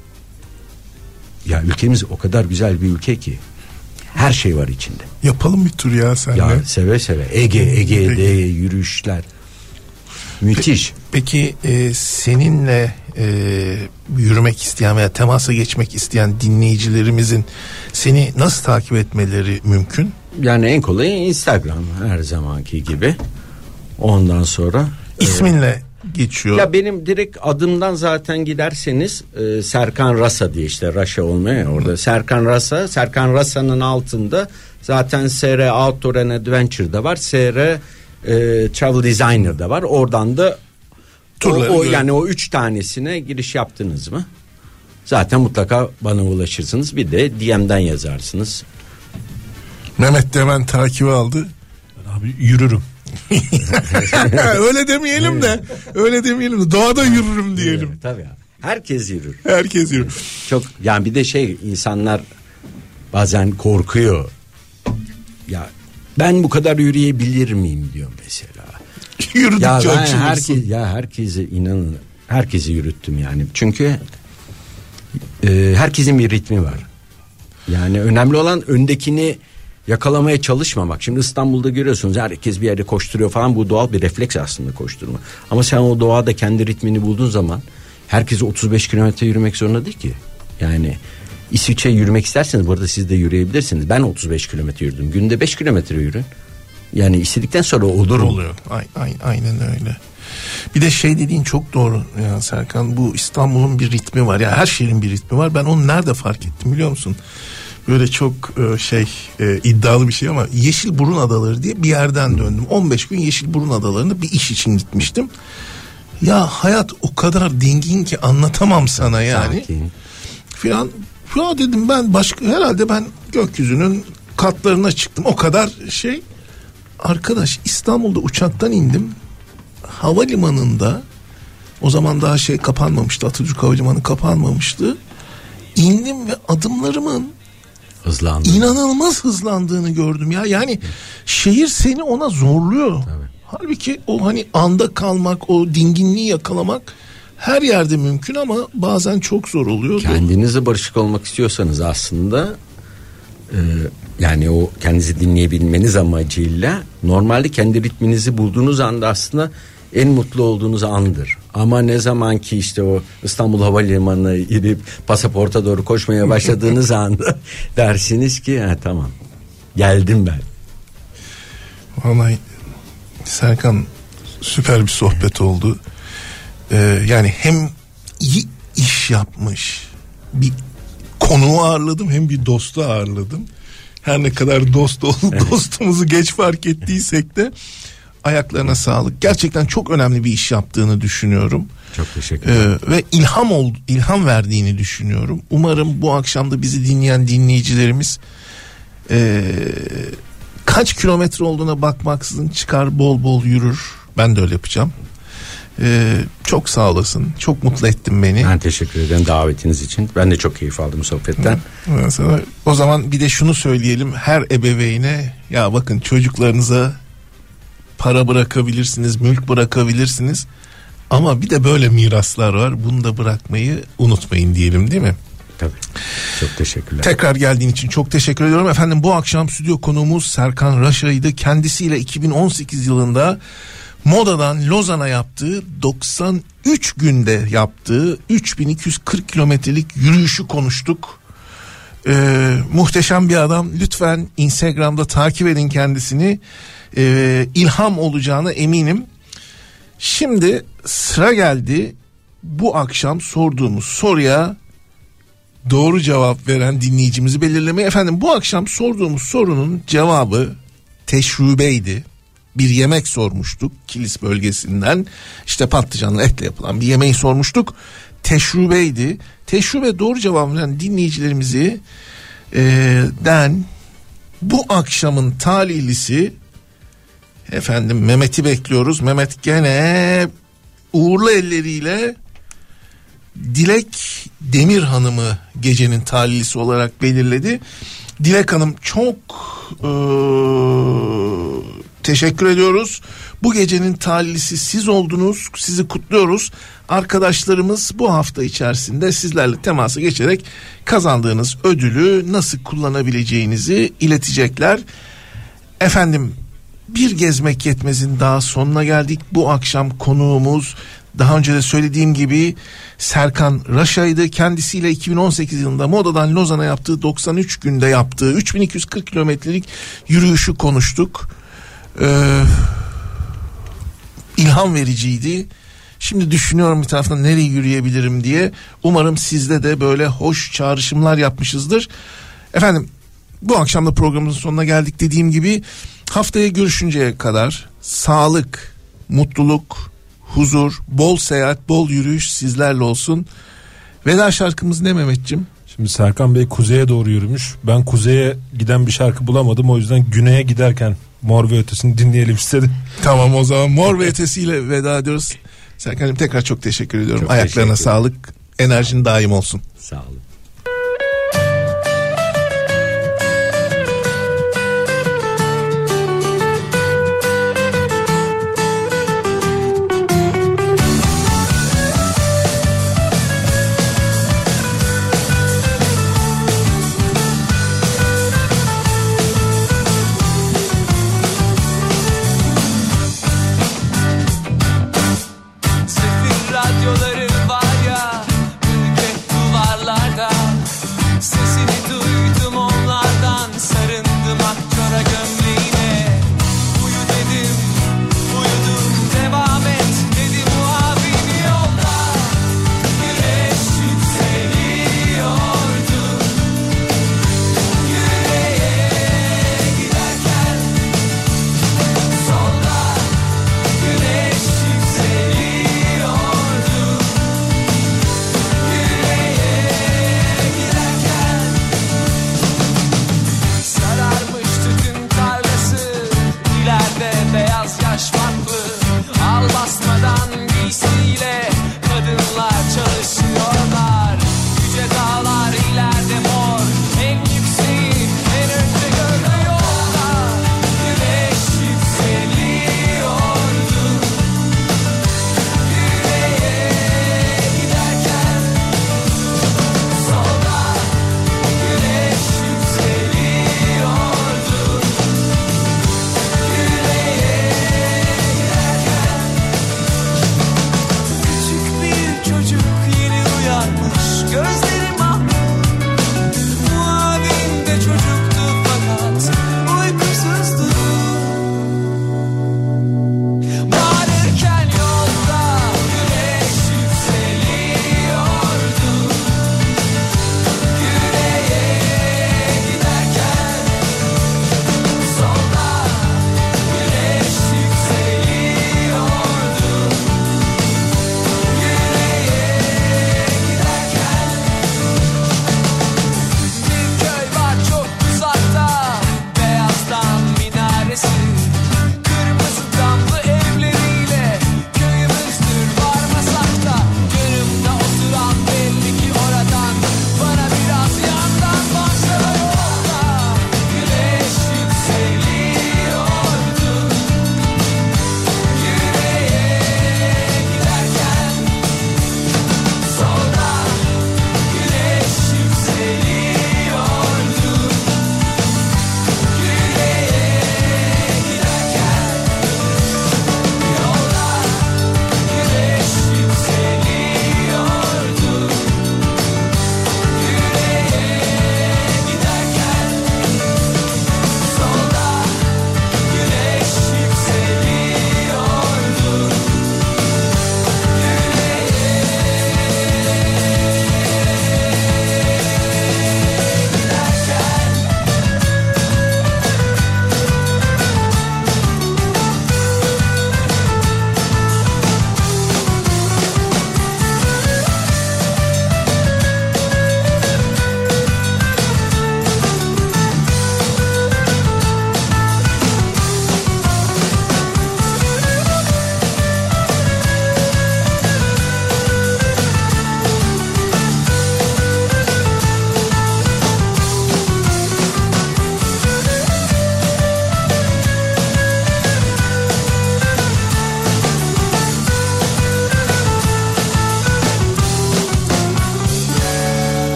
[SPEAKER 3] ya ülkemiz o kadar güzel bir ülke ki her şey var içinde.
[SPEAKER 2] Yapalım bir tur ya senle.
[SPEAKER 3] Ya seve seve. Ege, Ege'de yürüyüşler. Müthiş.
[SPEAKER 2] Peki e, seninle e, yürümek isteyen veya temasa geçmek isteyen dinleyicilerimizin seni nasıl takip etmeleri mümkün?
[SPEAKER 3] Yani en kolayı Instagram her zamanki gibi. Ondan sonra
[SPEAKER 2] isminle e, geçiyor.
[SPEAKER 3] Ya benim direkt adımdan zaten giderseniz e, Serkan Rasa diye işte Raşa olmuyor ya orada. Serkan Rasa, Serkan Rasa'nın altında zaten S R Outdoor and Adventure'da var. S R e, Travel Designer'da var. Oradan da o, o yani o üç tanesine giriş yaptınız mı? Zaten mutlaka bana ulaşırsınız. Bir de D M'den yazarsınız.
[SPEAKER 2] Mehmet de hemen takibi aldı.
[SPEAKER 5] Abi yürürüm.
[SPEAKER 2] Öyle demeyelim de. Öyle demeyelim de. Doğada yürürüm diyelim.
[SPEAKER 3] Evet, tabii. Herkes yürür.
[SPEAKER 2] Herkes yürür.
[SPEAKER 3] Çok yani bir de şey insanlar bazen korkuyor. Ya ben bu kadar yürüyebilir miyim diyor mesela.
[SPEAKER 2] Yürüdükçe
[SPEAKER 3] ya ben
[SPEAKER 2] açılırsın.
[SPEAKER 3] herkes ya herkese inanın herkesi yürüttüm yani. Çünkü e, herkesin bir ritmi var. Yani önemli olan öndekini yakalamaya çalışmamak. Şimdi İstanbul'da görüyorsunuz herkes bir yerde koşturuyor falan, bu doğal bir refleks aslında koşturma. Ama sen o doğada kendi ritmini bulduğun zaman herkes otuz beş kilometre yürümek zorunda değil ki. Yani İsviçre yürümek isterseniz bu arada siz de yürüyebilirsiniz. Ben otuz beş kilometre yürüdüm. Günde beş kilometre yürün. Yani istedikten sonra olur mu?
[SPEAKER 2] Oluyor. Ay, ay, aynen öyle. Bir de şey dediğin çok doğru ya Serkan. Bu İstanbul'un bir ritmi var. Ya her şehrin bir ritmi var. Ben onu nerede fark ettim biliyor musun? Böyle çok şey iddialı bir şey ama Yeşilburun Adaları diye bir yerden döndüm. on beş gün Yeşilburun Adaları'nda bir iş için gitmiştim. Ya hayat o kadar dingin ki anlatamam sana yani.
[SPEAKER 3] Sakin.
[SPEAKER 2] Filan. Ya dedim ben başka herhalde ben gökyüzünün katlarına çıktım. O kadar şey. Arkadaş İstanbul'da uçaktan indim. Havalimanında o zaman daha şey kapanmamıştı. Atatürk Havalimanı kapanmamıştı. İndim ve adımlarımın
[SPEAKER 3] hızlandı.
[SPEAKER 2] İnanılmaz hızlandığını gördüm ya. Yani şehir seni ona zorluyor.
[SPEAKER 3] Tabii.
[SPEAKER 2] Halbuki o hani anda kalmak, o dinginliği yakalamak her yerde mümkün ama bazen çok zor oluyor.
[SPEAKER 3] Kendinizle barışık olmak istiyorsanız aslında e, yani o kendinizi dinleyebilmeniz amacıyla normalde kendi ritminizi bulduğunuz anda aslında en mutlu olduğunuz andır. Ama ne zaman ki işte o İstanbul Havalimanı'na gidip pasaporta doğru koşmaya başladığınız anda dersiniz ki ha, tamam geldim ben.
[SPEAKER 2] Vallahi Serkan süper bir sohbet oldu. Ee, yani hem iyi iş yapmış bir konuğu ağırladım hem bir dostu ağırladım. Her ne kadar dost olup dostumuzu geç fark ettiysek de Ayaklarına sağlık. Gerçekten çok önemli bir iş yaptığını düşünüyorum.
[SPEAKER 3] Çok teşekkür ederim.
[SPEAKER 2] Ee, ve ilham ol, ilham verdiğini düşünüyorum. Umarım bu akşam da bizi dinleyen dinleyicilerimiz e, kaç kilometre olduğuna bakmaksızın çıkar bol bol yürür. Ben de öyle yapacağım. Ee, çok sağ olasın. Çok mutlu ettin beni.
[SPEAKER 3] Ben teşekkür ederim davetiniz için. Ben de çok keyif aldım sohbetten.
[SPEAKER 2] Mesela, o zaman bir de şunu söyleyelim. Her ebeveyne ya bakın çocuklarınıza para bırakabilirsiniz, mülk bırakabilirsiniz. Ama bir de böyle miraslar var. Bunu da bırakmayı unutmayın diyelim, değil mi?
[SPEAKER 3] Tabii. Çok teşekkürler.
[SPEAKER 2] Tekrar geldiğin için çok teşekkür ediyorum. Efendim bu akşam stüdyo konuğumuz Serkan Raşa'ydı. Kendisiyle iki bin on sekiz yılında Moda'dan Lozan'a yaptığı doksan üç günde yaptığı üç bin iki yüz kırk kilometrelik yürüyüşü konuştuk. Ee, muhteşem bir adam. Lütfen Instagram'da takip edin kendisini. Ee, ilham olacağına eminim. Şimdi sıra geldi bu akşam sorduğumuz soruya doğru cevap veren dinleyicimizi belirlemeye. Efendim bu akşam sorduğumuz sorunun cevabı teşrübeydi. Bir yemek sormuştuk Kilis bölgesinden, işte patlıcanlı etle yapılan bir yemeği sormuştuk. Teşrübeydi. Teşrübe doğru cevap veren dinleyicilerimizi e, den bu akşamın talihlisi efendim Mehmet'i bekliyoruz. Mehmet gene uğurlu elleriyle Dilek Demir Hanım'ı gecenin talihlisi olarak belirledi. Dilek Hanım çok e, teşekkür ediyoruz. Bu gecenin talihlisi siz oldunuz. Sizi kutluyoruz. Arkadaşlarımız bu hafta içerisinde sizlerle temasa geçerek kazandığınız ödülü nasıl kullanabileceğinizi iletecekler. Efendim bir Gezmek Yetmez'in daha sonuna geldik. Bu akşam konuğumuz daha önce de söylediğim gibi Serkan Raşa'ydı. Kendisiyle iki bin on sekiz yılında Moda'dan Lozan'a yaptığı doksan üç günde yaptığı üç bin iki yüz kırk kilometrelik yürüyüşü konuştuk. Ee, ilham vericiydi. Şimdi düşünüyorum bir taraftan nereye yürüyebilirim diye. Umarım sizde de böyle hoş çağrışımlar yapmışızdır. Efendim bu akşam da programımızın sonuna geldik. Dediğim gibi haftaya görüşünceye kadar sağlık, mutluluk, huzur, bol seyahat, bol yürüyüş sizlerle olsun. Veda şarkımız ne Mehmetciğim?
[SPEAKER 5] Şimdi Serkan Bey kuzeye doğru yürümüş. Ben kuzeye giden bir şarkı bulamadım. O yüzden güneye giderken Mor ve Ötesi'ni dinleyelim istedim.
[SPEAKER 2] Tamam, o zaman Mor ve Ötesi'yle veda ediyoruz. Serkan'cığım tekrar çok teşekkür ediyorum.
[SPEAKER 3] Çok
[SPEAKER 2] Ayaklarına
[SPEAKER 3] teşekkür
[SPEAKER 2] sağlık. Enerjin daim olsun.
[SPEAKER 3] Sağ olun.
[SPEAKER 4] Sefil radyoları var ya, ülke duvarlarda.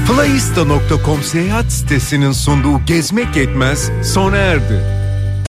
[SPEAKER 1] flyista nokta com seyahat sitesinin sunduğu Gezmek Yetmez sona erdi.